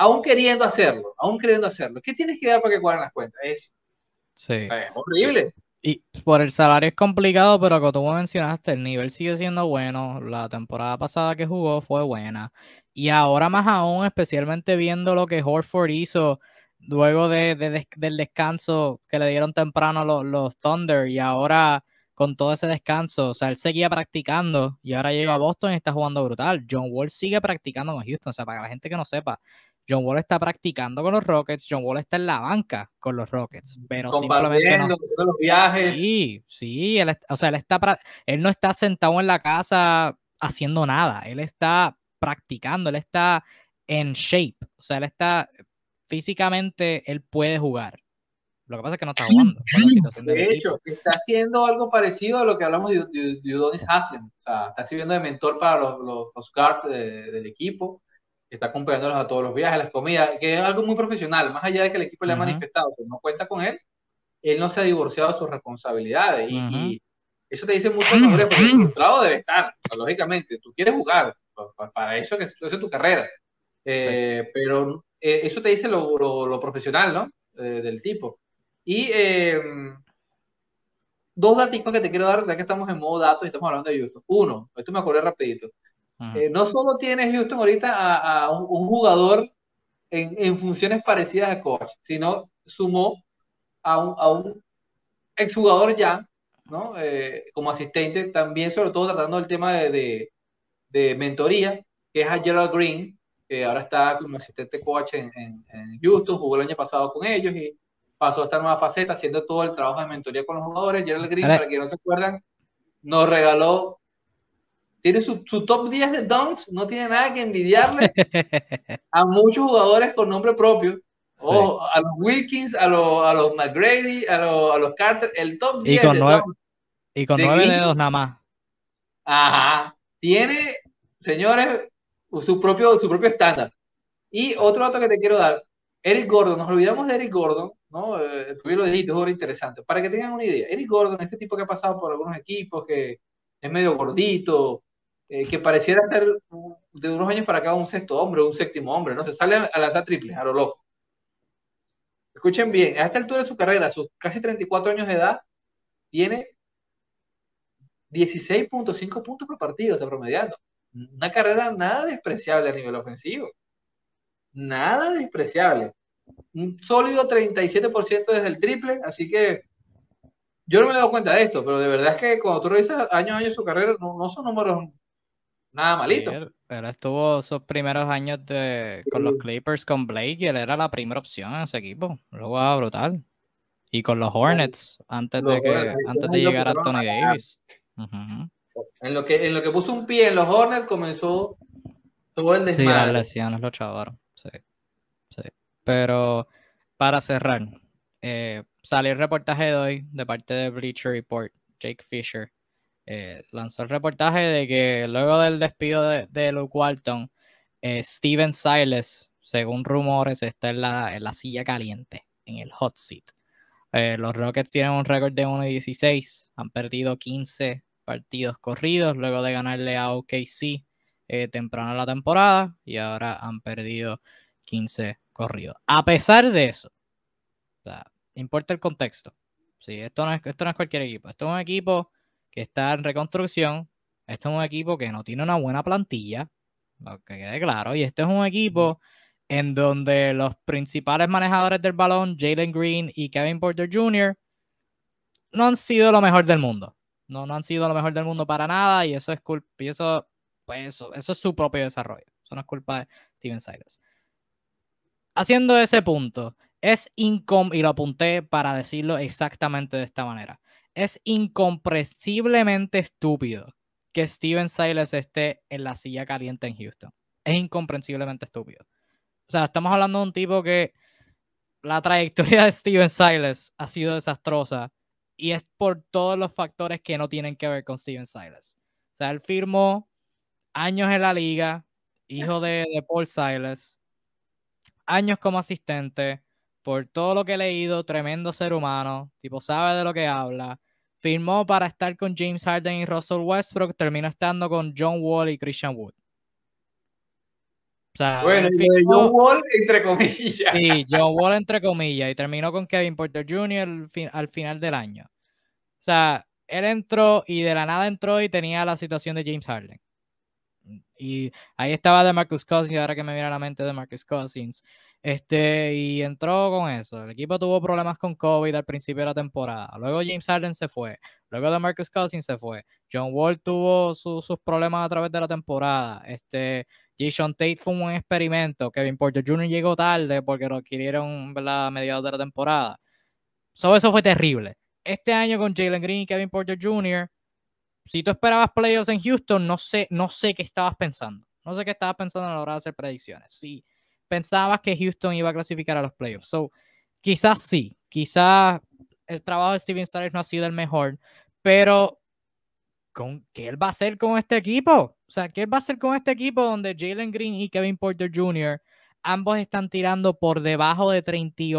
aún queriendo hacerlo, ¿qué tienes que dar para que cuadren las cuentas? O sí. sea, es horrible. Y por el salario es complicado, pero como tú me mencionaste, el nivel sigue siendo bueno. La temporada pasada que jugó fue buena. Y ahora más aún, especialmente viendo lo que Horford hizo luego del descanso que le dieron temprano los Thunder y ahora con todo ese descanso, o sea, él seguía practicando y ahora llega a Boston y está jugando brutal. John Wall sigue practicando con Houston, o sea, para la gente que no sepa. John Wall está practicando con los Rockets, John Wall está en la banca con los Rockets, pero simplemente no. Compartiendo, haciendo los viajes. Sí, sí, o sea, él no está sentado en la casa haciendo nada, él está practicando, él está en shape, o sea, él está físicamente, él puede jugar. Lo que pasa es que no está jugando por la situación del De hecho, equipo. está haciendo algo parecido a lo que hablamos de Udonis Haslem. O sea, está sirviendo de mentor para los guards del equipo. Está acompañándolos a todos los viajes, las comidas, que es algo muy profesional. Más allá de que el equipo le ha Ujú, manifestado que no cuenta con él, él no se ha divorciado de sus responsabilidades. ujú, Y eso te dice mucho de madurez, porque frustrado debe estar. O sea, lógicamente, tú quieres jugar. Para eso que es tu carrera. sí, Pero eso te dice lo profesional, ¿no? Del tipo. Y dos datos que te quiero dar, ya que estamos en modo datos y estamos hablando de Houston. Uno, esto me acordé rapidito. ujú. No solo tiene Houston ahorita a un jugador en funciones parecidas a coach, sino sumó a un exjugador ya, ¿no? Como asistente, también sobre todo tratando el tema de mentoría, que es a Gerald Green, que ahora está como asistente coach en Houston, jugó el año pasado con ellos y pasó a esta nueva faceta haciendo todo el trabajo de mentoría con los jugadores. Gerald Green, Él es- para quienes no se acuerdan, nos regaló, tiene su top 10 de dunks, no tiene nada que envidiarle a muchos jugadores con nombre propio. Sí. O a los Wilkins, a los McGrady, a los Carter, el top Y 10 con de nueve, dunks y con de nueve Green. dedos nada más. Ajá, tiene, señores, su propio estándar. Y Sí. otro dato que te quiero dar, Eric Gordon, nos olvidamos de Eric Gordon, ¿no? Tú bien lo dijiste, es algo interesante. Para que tengan una idea, Eric Gordon, este tipo que ha pasado por algunos equipos, que es medio gordito, que pareciera ser de unos años para acá un sexto hombre, un séptimo hombre, ¿no? Se sale a lanzar triples, a lo loco. Escuchen bien, a esta altura de su carrera, sus casi 34 años de edad, tiene 16.5 puntos por partido, está promediando. Una carrera nada despreciable a nivel ofensivo. Nada despreciable. Un sólido 37% desde el triple, así que yo no me he dado cuenta de esto, pero de verdad es que cuando tú revisas año a año su carrera, no son números nada Sí, malitos. él estuvo esos primeros años con los Clippers con Blake y él era la primera opción en ese equipo. Lo jugaba brutal. Y con los Con Hornets los Hornets, antes ahí de lo llegar a empezaron a Anthony matar. Davis. Ujú. En lo que puso un pie en los Hornets comenzó todo el Sí, las desmadre. lesiones lo chavaron. Sí, sí. Pero para cerrar, salió el reportaje de hoy de parte de Bleacher Report. Jake Fisher lanzó el reportaje de que luego del despido de Luke Walton, Steven Silas, según rumores, está en la silla caliente, en el hot seat. Los Rockets tienen un récord de 1-16, han perdido 15 partidos corridos luego de ganarle a OKC temprano en la temporada y ahora han perdido 15 corridos. A pesar de eso, o sea, importa el contexto. Sí, esto no es cualquier equipo. Esto es un equipo que está en reconstrucción. Esto es un equipo que no tiene una buena plantilla. Que quede claro. Y este es un equipo en donde los principales manejadores del balón, Jalen Green y Kevin Porter Jr., no han sido lo mejor del mundo. No han sido lo mejor del mundo para nada. Y eso es culpa. Y eso, pues eso es su propio desarrollo. Eso no es culpa de Steven Silas. Haciendo ese punto, y lo apunté para decirlo exactamente de esta manera, es incomprensiblemente estúpido que Steven Silas esté en la silla caliente en Houston. Es incomprensiblemente estúpido. O sea, estamos hablando de un tipo que la trayectoria de Steven Silas ha sido desastrosa y es por todos los factores que no tienen que ver con Steven Silas. O sea, él firmó años en la liga, hijo de Paul Silas, años como asistente, por todo lo que he leído, tremendo ser humano, tipo sabe de lo que habla. Firmó para estar con James Harden y Russell Westbrook, terminó estando con John Wall y Christian Wood. O sea, Bueno, él y lo de John firmó, Wall, entre comillas. sí, John Wall entre comillas, y terminó con Kevin Porter Jr. Al final del año. O sea, él entró y de la nada entró y tenía la situación de James Harden. Y ahí estaba DeMarcus Cousins, ahora que me viene a la mente DeMarcus Cousins. Y entró con eso. El equipo tuvo problemas con COVID al principio de la temporada. Luego James Harden se fue. Luego DeMarcus Cousins se fue. John Wall tuvo sus problemas a través de la temporada. Jason Tate fue un experimento. Kevin Porter Jr. llegó tarde porque lo adquirieron, ¿verdad?, a mediados de la temporada. Eso fue terrible. Este año con Jalen Green y Kevin Porter Jr., si tú esperabas playoffs en Houston, no sé qué estabas pensando. No sé qué estabas pensando a la hora de hacer predicciones. Si pensabas que Houston iba a clasificar a los playoffs. So, quizás sí, quizás el trabajo de Steven Silas no ha sido el mejor, pero ¿qué él va a hacer con este equipo? O sea, ¿qué él va a hacer con este equipo donde Jalen Green y Kevin Porter Jr. ambos están tirando por debajo de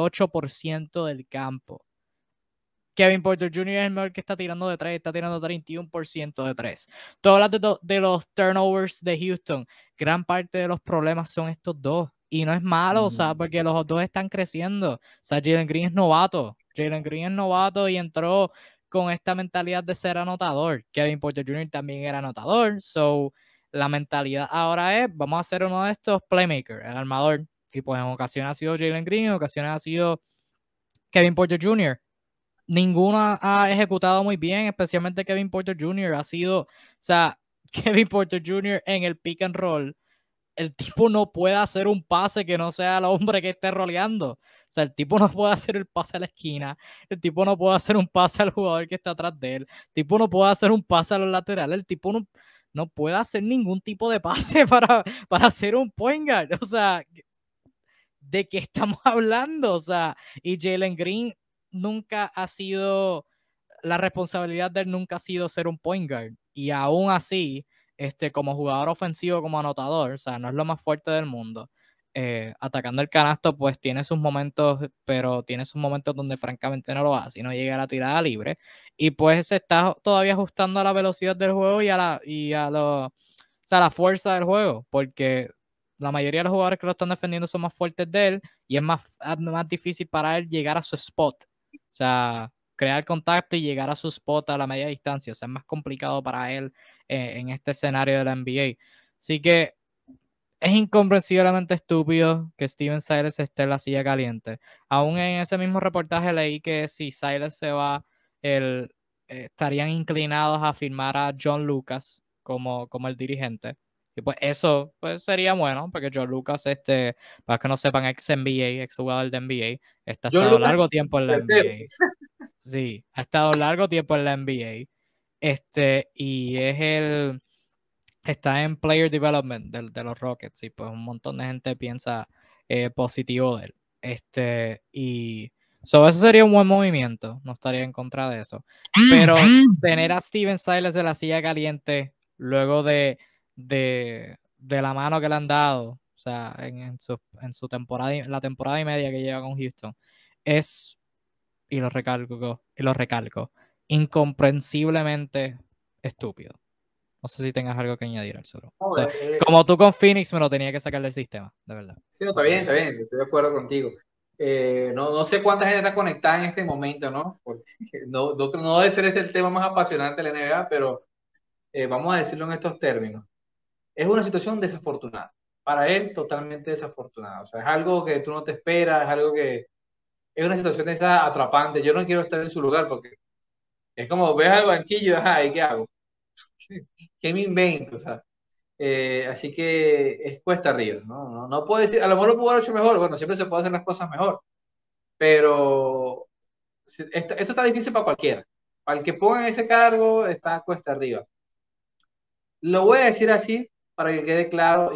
38% del campo? Kevin Porter Jr. es el mejor que está tirando de 3, está tirando 31% de 3. Tú hablas de los turnovers de Houston. Gran parte de los problemas son estos dos. Y no es malo, o sea, porque los dos están creciendo. O sea, Jalen Green es novato. Jalen Green es novato y entró con esta mentalidad de ser anotador. Kevin Porter Jr. también era anotador. So, la mentalidad ahora es, vamos a hacer uno de estos playmakers, el armador. Y pues en ocasiones ha sido Jalen Green, en ocasiones ha sido Kevin Porter Jr. Ninguno ha ejecutado muy bien, especialmente Kevin Porter Jr. Ha sido, o sea, Kevin Porter Jr. en el pick and roll, el tipo no puede hacer un pase que no sea el hombre que esté roleando. O sea, el tipo no puede hacer el pase a la esquina, el tipo no puede hacer un pase al jugador que está atrás de él, el tipo no puede hacer un pase a los laterales, el tipo no puede hacer ningún tipo de pase para hacer un point guard. O sea, ¿de qué estamos hablando? O sea, y Jalen Green nunca ha sido, la responsabilidad de él nunca ha sido ser un point guard. Y aún así, como jugador ofensivo, como anotador, o sea, no es lo más fuerte del mundo. Atacando el canasto, pues tiene sus momentos, pero tiene sus momentos donde francamente no lo hace y no llega a la tirada libre. Y pues se está todavía ajustando a la velocidad del juego o sea, la fuerza del juego, porque la mayoría de los jugadores que lo están defendiendo son más fuertes de él y es más difícil para él llegar a su spot. O sea, crear contacto y llegar a su spot a la media distancia. O sea, es más complicado para él en este escenario de la NBA. Así que es incomprensiblemente estúpido que Steven Silas esté en la silla caliente. Aún en ese mismo reportaje leí que si Silas se va, estarían inclinados a firmar a John Lucas como el dirigente. Y pues eso pues sería bueno, porque John Lucas, para que no sepan, ex NBA, ex jugador de NBA, ha John estado Lucas, largo tiempo en la tercero. NBA. Sí, ha estado largo tiempo en la NBA. Y está en Player Development de los Rockets y pues un montón de gente piensa positivo de él. Y eso sería un buen movimiento, no estaría en contra de eso. Pero tener a Steven Silas de la silla caliente luego de la mano que le han dado, o sea, en su temporada, la temporada y media que lleva con Houston, es, y lo recalco, incomprensiblemente estúpido. No sé si tengas algo que añadir al sur. O No, sea, como tú con Phoenix me lo tenía que sacar del sistema, de verdad. sí, no, está bien, estoy de acuerdo contigo. No sé cuánta gente está conectada en este momento, ¿no? Porque no debe ser este el tema más apasionante de la NBA, pero vamos a decirlo en estos términos. Es una situación desafortunada. Para él, totalmente desafortunada. O sea, es algo que tú no te esperas, es algo que es una situación esa atrapante. Yo no quiero estar en su lugar porque es como ves al banquillo, ajá, ¿y qué hago? ¿Qué me invento? O sea, así que es cuesta arriba, ¿no? No puedo decir, a lo mejor lo puedo haber hecho mejor, bueno, siempre se puede hacer las cosas mejor, pero esto está difícil para cualquiera. Para el que ponga en ese cargo, está cuesta arriba. Lo voy a decir así para que quede claro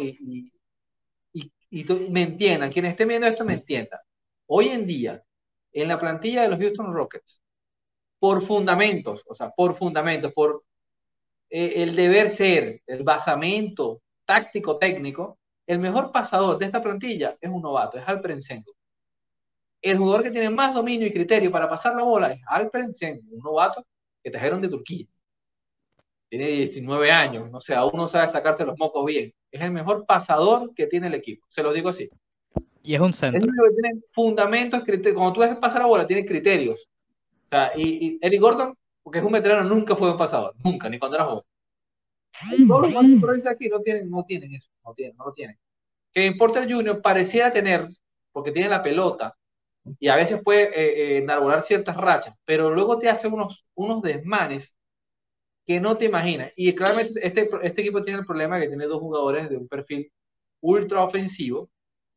y me entiendan, quien esté viendo esto me entienda. Hoy en día, en la plantilla de los Houston Rockets, por fundamentos, o sea, por fundamentos, por el deber ser, el basamento táctico técnico, el mejor pasador de esta plantilla es un novato, es Alperen Sengun. El jugador que tiene más dominio y criterio para pasar la bola es Alperen Sengun, un novato que trajeron de Turquía. Tiene 19 años, no sé, aún no sabe sacarse los mocos bien. Es el mejor pasador que tiene el equipo, se los digo así. Y es un Es centro. lo que tiene fundamentos, cuando tú ves pasar la bola, tiene criterios. O sea, y Eric Gordon, porque es un veterano, nunca fue un pasador, nunca, ni cuando era joven. Todos los jugadores que tú revisas aquí no tienen eso, no lo tienen. Kevin Porter Jr. pareciera tener, porque tiene la pelota, y a veces puede enarbolar ciertas rachas, pero luego te hace unos desmanes que no te imaginas. Y claramente este equipo tiene el problema que tiene dos jugadores de un perfil ultra ofensivo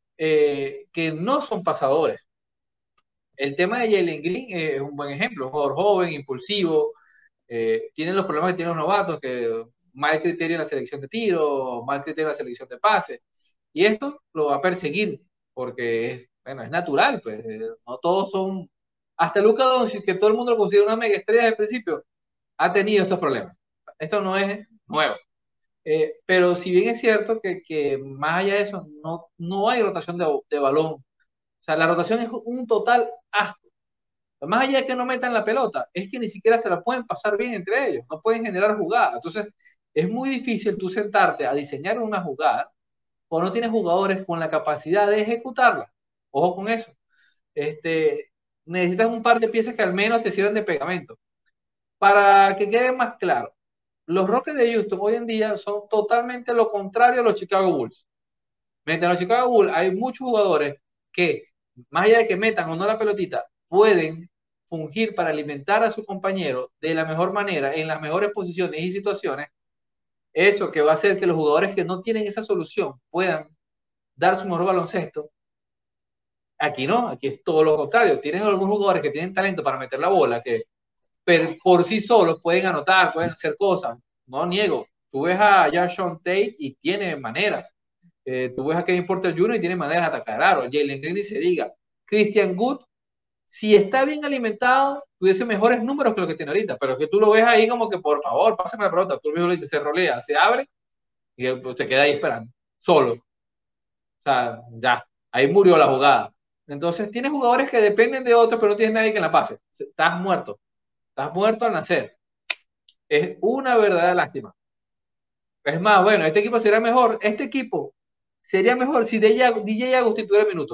que no son pasadores. El tema de Jalen Green es un buen ejemplo, un jugador joven, impulsivo, tiene los problemas que tienen los novatos, que mal criterio en la selección de tiro, mal criterio en la selección de pases, y esto lo va a perseguir, porque bueno, es natural, pues, no todos son, hasta Luka Doncic, que todo el mundo lo considera una mega estrella desde el principio, ha tenido estos problemas. Esto no es nuevo. Pero si bien es cierto que más allá de eso, no hay rotación de balón. O sea, la rotación es un total asco. Más allá de que no metan la pelota, es que ni siquiera se la pueden pasar bien entre ellos, no pueden generar jugadas. Entonces, es muy difícil tú sentarte a diseñar una jugada o no tienes jugadores con la capacidad de ejecutarla. Ojo con eso. Necesitas un par de piezas que al menos te sirvan de pegamento. Para que quede más claro, los Rockets de Houston hoy en día son totalmente lo contrario a los Chicago Bulls. Mientras en los Chicago Bulls hay muchos jugadores que, más allá de que metan o no la pelotita, pueden fungir para alimentar a su compañero de la mejor manera, en las mejores posiciones y situaciones. Eso que va a hacer que los jugadores que no tienen esa solución puedan dar su mejor baloncesto. Aquí no, aquí es todo lo contrario. Tienes algunos jugadores que tienen talento para meter la bola, que por sí solos pueden anotar, pueden hacer cosas. No niego. Tú ves a Jason Tate y tiene maneras. Tú ves a Kevin Porter Jr. y tiene maneras de atacar aro. Jalen Green ni se diga. Christian Wood, si está bien alimentado, tuviese mejores números que lo que tiene ahorita. Pero que tú lo ves ahí como que, por favor, pásame la pelota. Tú mismo le dices, se rolea, se abre y pues, se queda ahí esperando, solo. O sea, ya, ahí murió la jugada. Entonces, tienes jugadores que dependen de otros, pero no tienes nadie que la pase. Estás muerto. Estás muerto al nacer. Es una verdadera lástima. Es más, bueno, este equipo será mejor. Este equipo sería mejor si DJ Agustín tuviera minutos.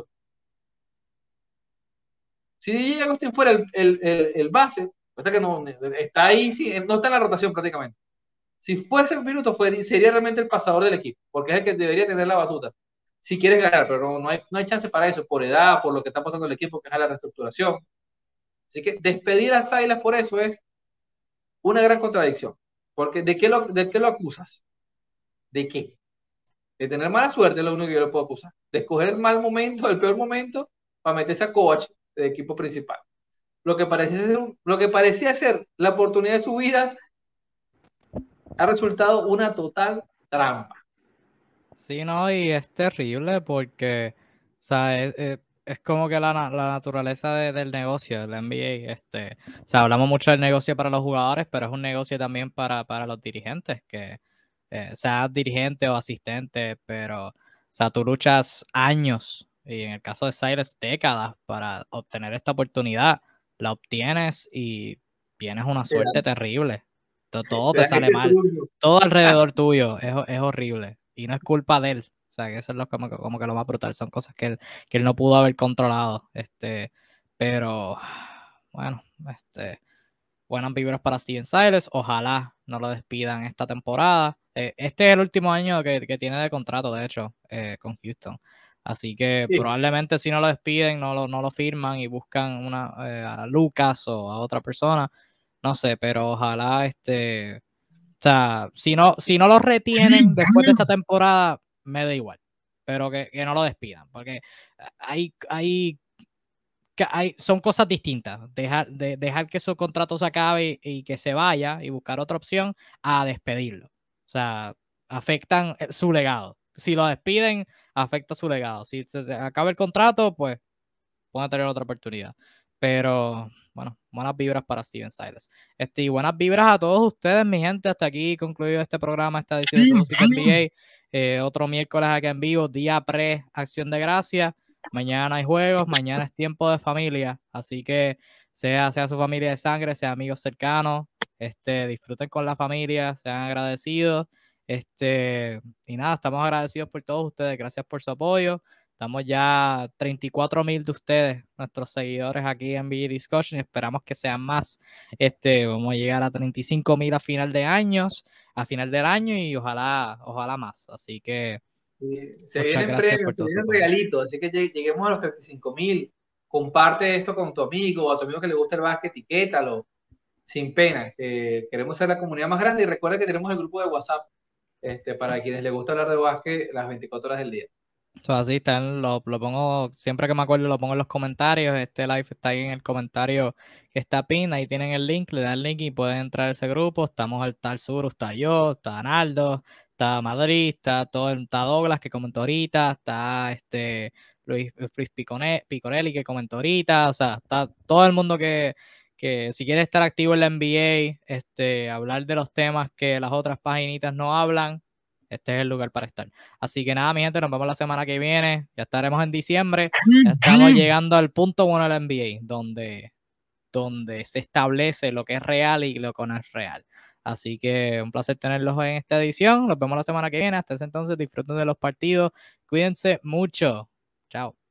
Si DJ Agustín fuera el base, o sea que no está ahí, sí, no está en la rotación prácticamente. Si fuese minutos, sería realmente el pasador del equipo, porque es el que debería tener la batuta. Si quieres ganar, pero no hay chance para eso, por edad, por lo que está pasando el equipo, que es la reestructuración. Así que despedir a Silas por eso es una gran contradicción. Porque ¿de qué lo acusas? ¿De qué? De tener mala suerte es lo único que yo le puedo acusar. De escoger el mal momento, el peor momento, para meterse a coach del equipo principal. Lo que parecía ser la oportunidad de su vida ha resultado una total trampa. Sí, no, y es terrible porque, o sea, es como que la naturaleza del negocio, del NBA. O sea, hablamos mucho del negocio para los jugadores, pero es un negocio también para los dirigentes, que seas dirigente o asistente, pero, o sea, tú luchas años, y en el caso de Cyrus, décadas para obtener esta oportunidad. La obtienes y tienes una Te suerte dan, terrible. Todo te te dan sale ese mal. turno. Todo alrededor tuyo es horrible. Y no es culpa de él. O sea, que eso es como que lo más brutal. Son cosas que él no pudo haber controlado. Pero bueno, buenas vibras para Steven Silas. Ojalá no lo despidan esta temporada. Este es el último año que tiene de contrato, de hecho, con Houston. Así que Sí, probablemente si no lo despiden, no lo firman y buscan a Lucas o a otra persona. No sé, pero ojalá o sea, si no lo retienen después de esta temporada, me da igual. Pero que no lo despidan. Porque son cosas distintas. Dejar que su contrato se acabe y que se vaya y buscar otra opción a despedirlo. O sea, afectan su legado. Si lo despiden, afecta su legado. Si se acaba el contrato, pues pueden tener otra oportunidad. Pero bueno, buenas vibras para Steven Silas. Y buenas vibras a todos ustedes, mi gente. Hasta aquí concluido este programa, esta edición de Todo City NBA. Otro miércoles aquí en vivo, día pre-Acción de Gracia. Mañana hay juegos, mañana es tiempo de familia. Así que sea su familia de sangre, sea amigos cercanos. Disfruten con la familia, sean agradecidos. Y nada, estamos agradecidos por todos ustedes. Gracias por su apoyo. Estamos ya 34,000 de ustedes, nuestros seguidores aquí en BG Discussion. Esperamos que sean más. Vamos a llegar a 35,000 a final del año y ojalá más. Así que se muchas vienen gracias premios, por se todo su vienen apoyo. regalitos, así que lleguemos a los 35.000. Comparte esto con tu amigo o a tu amigo que le gusta el básquet, etiquétalo, sin pena. Queremos ser la comunidad más grande y recuerda que tenemos el grupo de WhatsApp para quienes les gusta hablar de básquet las 24 horas del día. Eso así, lo pongo, siempre que me acuerdo lo pongo en los comentarios. Este live está ahí en el comentario que está pin, ahí tienen el link, le dan el link y pueden entrar a ese grupo. Está el sur, está yo, está Analdo, está Madrid, está Douglas que comentó ahorita, está Luis Picorelli que comentó ahorita, o sea, está todo el mundo que si quiere estar activo en la NBA, hablar de los temas que las otras paginitas no hablan, este es el lugar para estar. Así que nada, mi gente, nos vemos la semana que viene. Ya estaremos en diciembre. Ya estamos llegando al punto bueno del NBA, donde se establece lo que es real y lo que no es real. Así que un placer tenerlos en esta edición. Nos vemos la semana que viene. Hasta ese entonces, disfruten de los partidos. Cuídense mucho. Chao.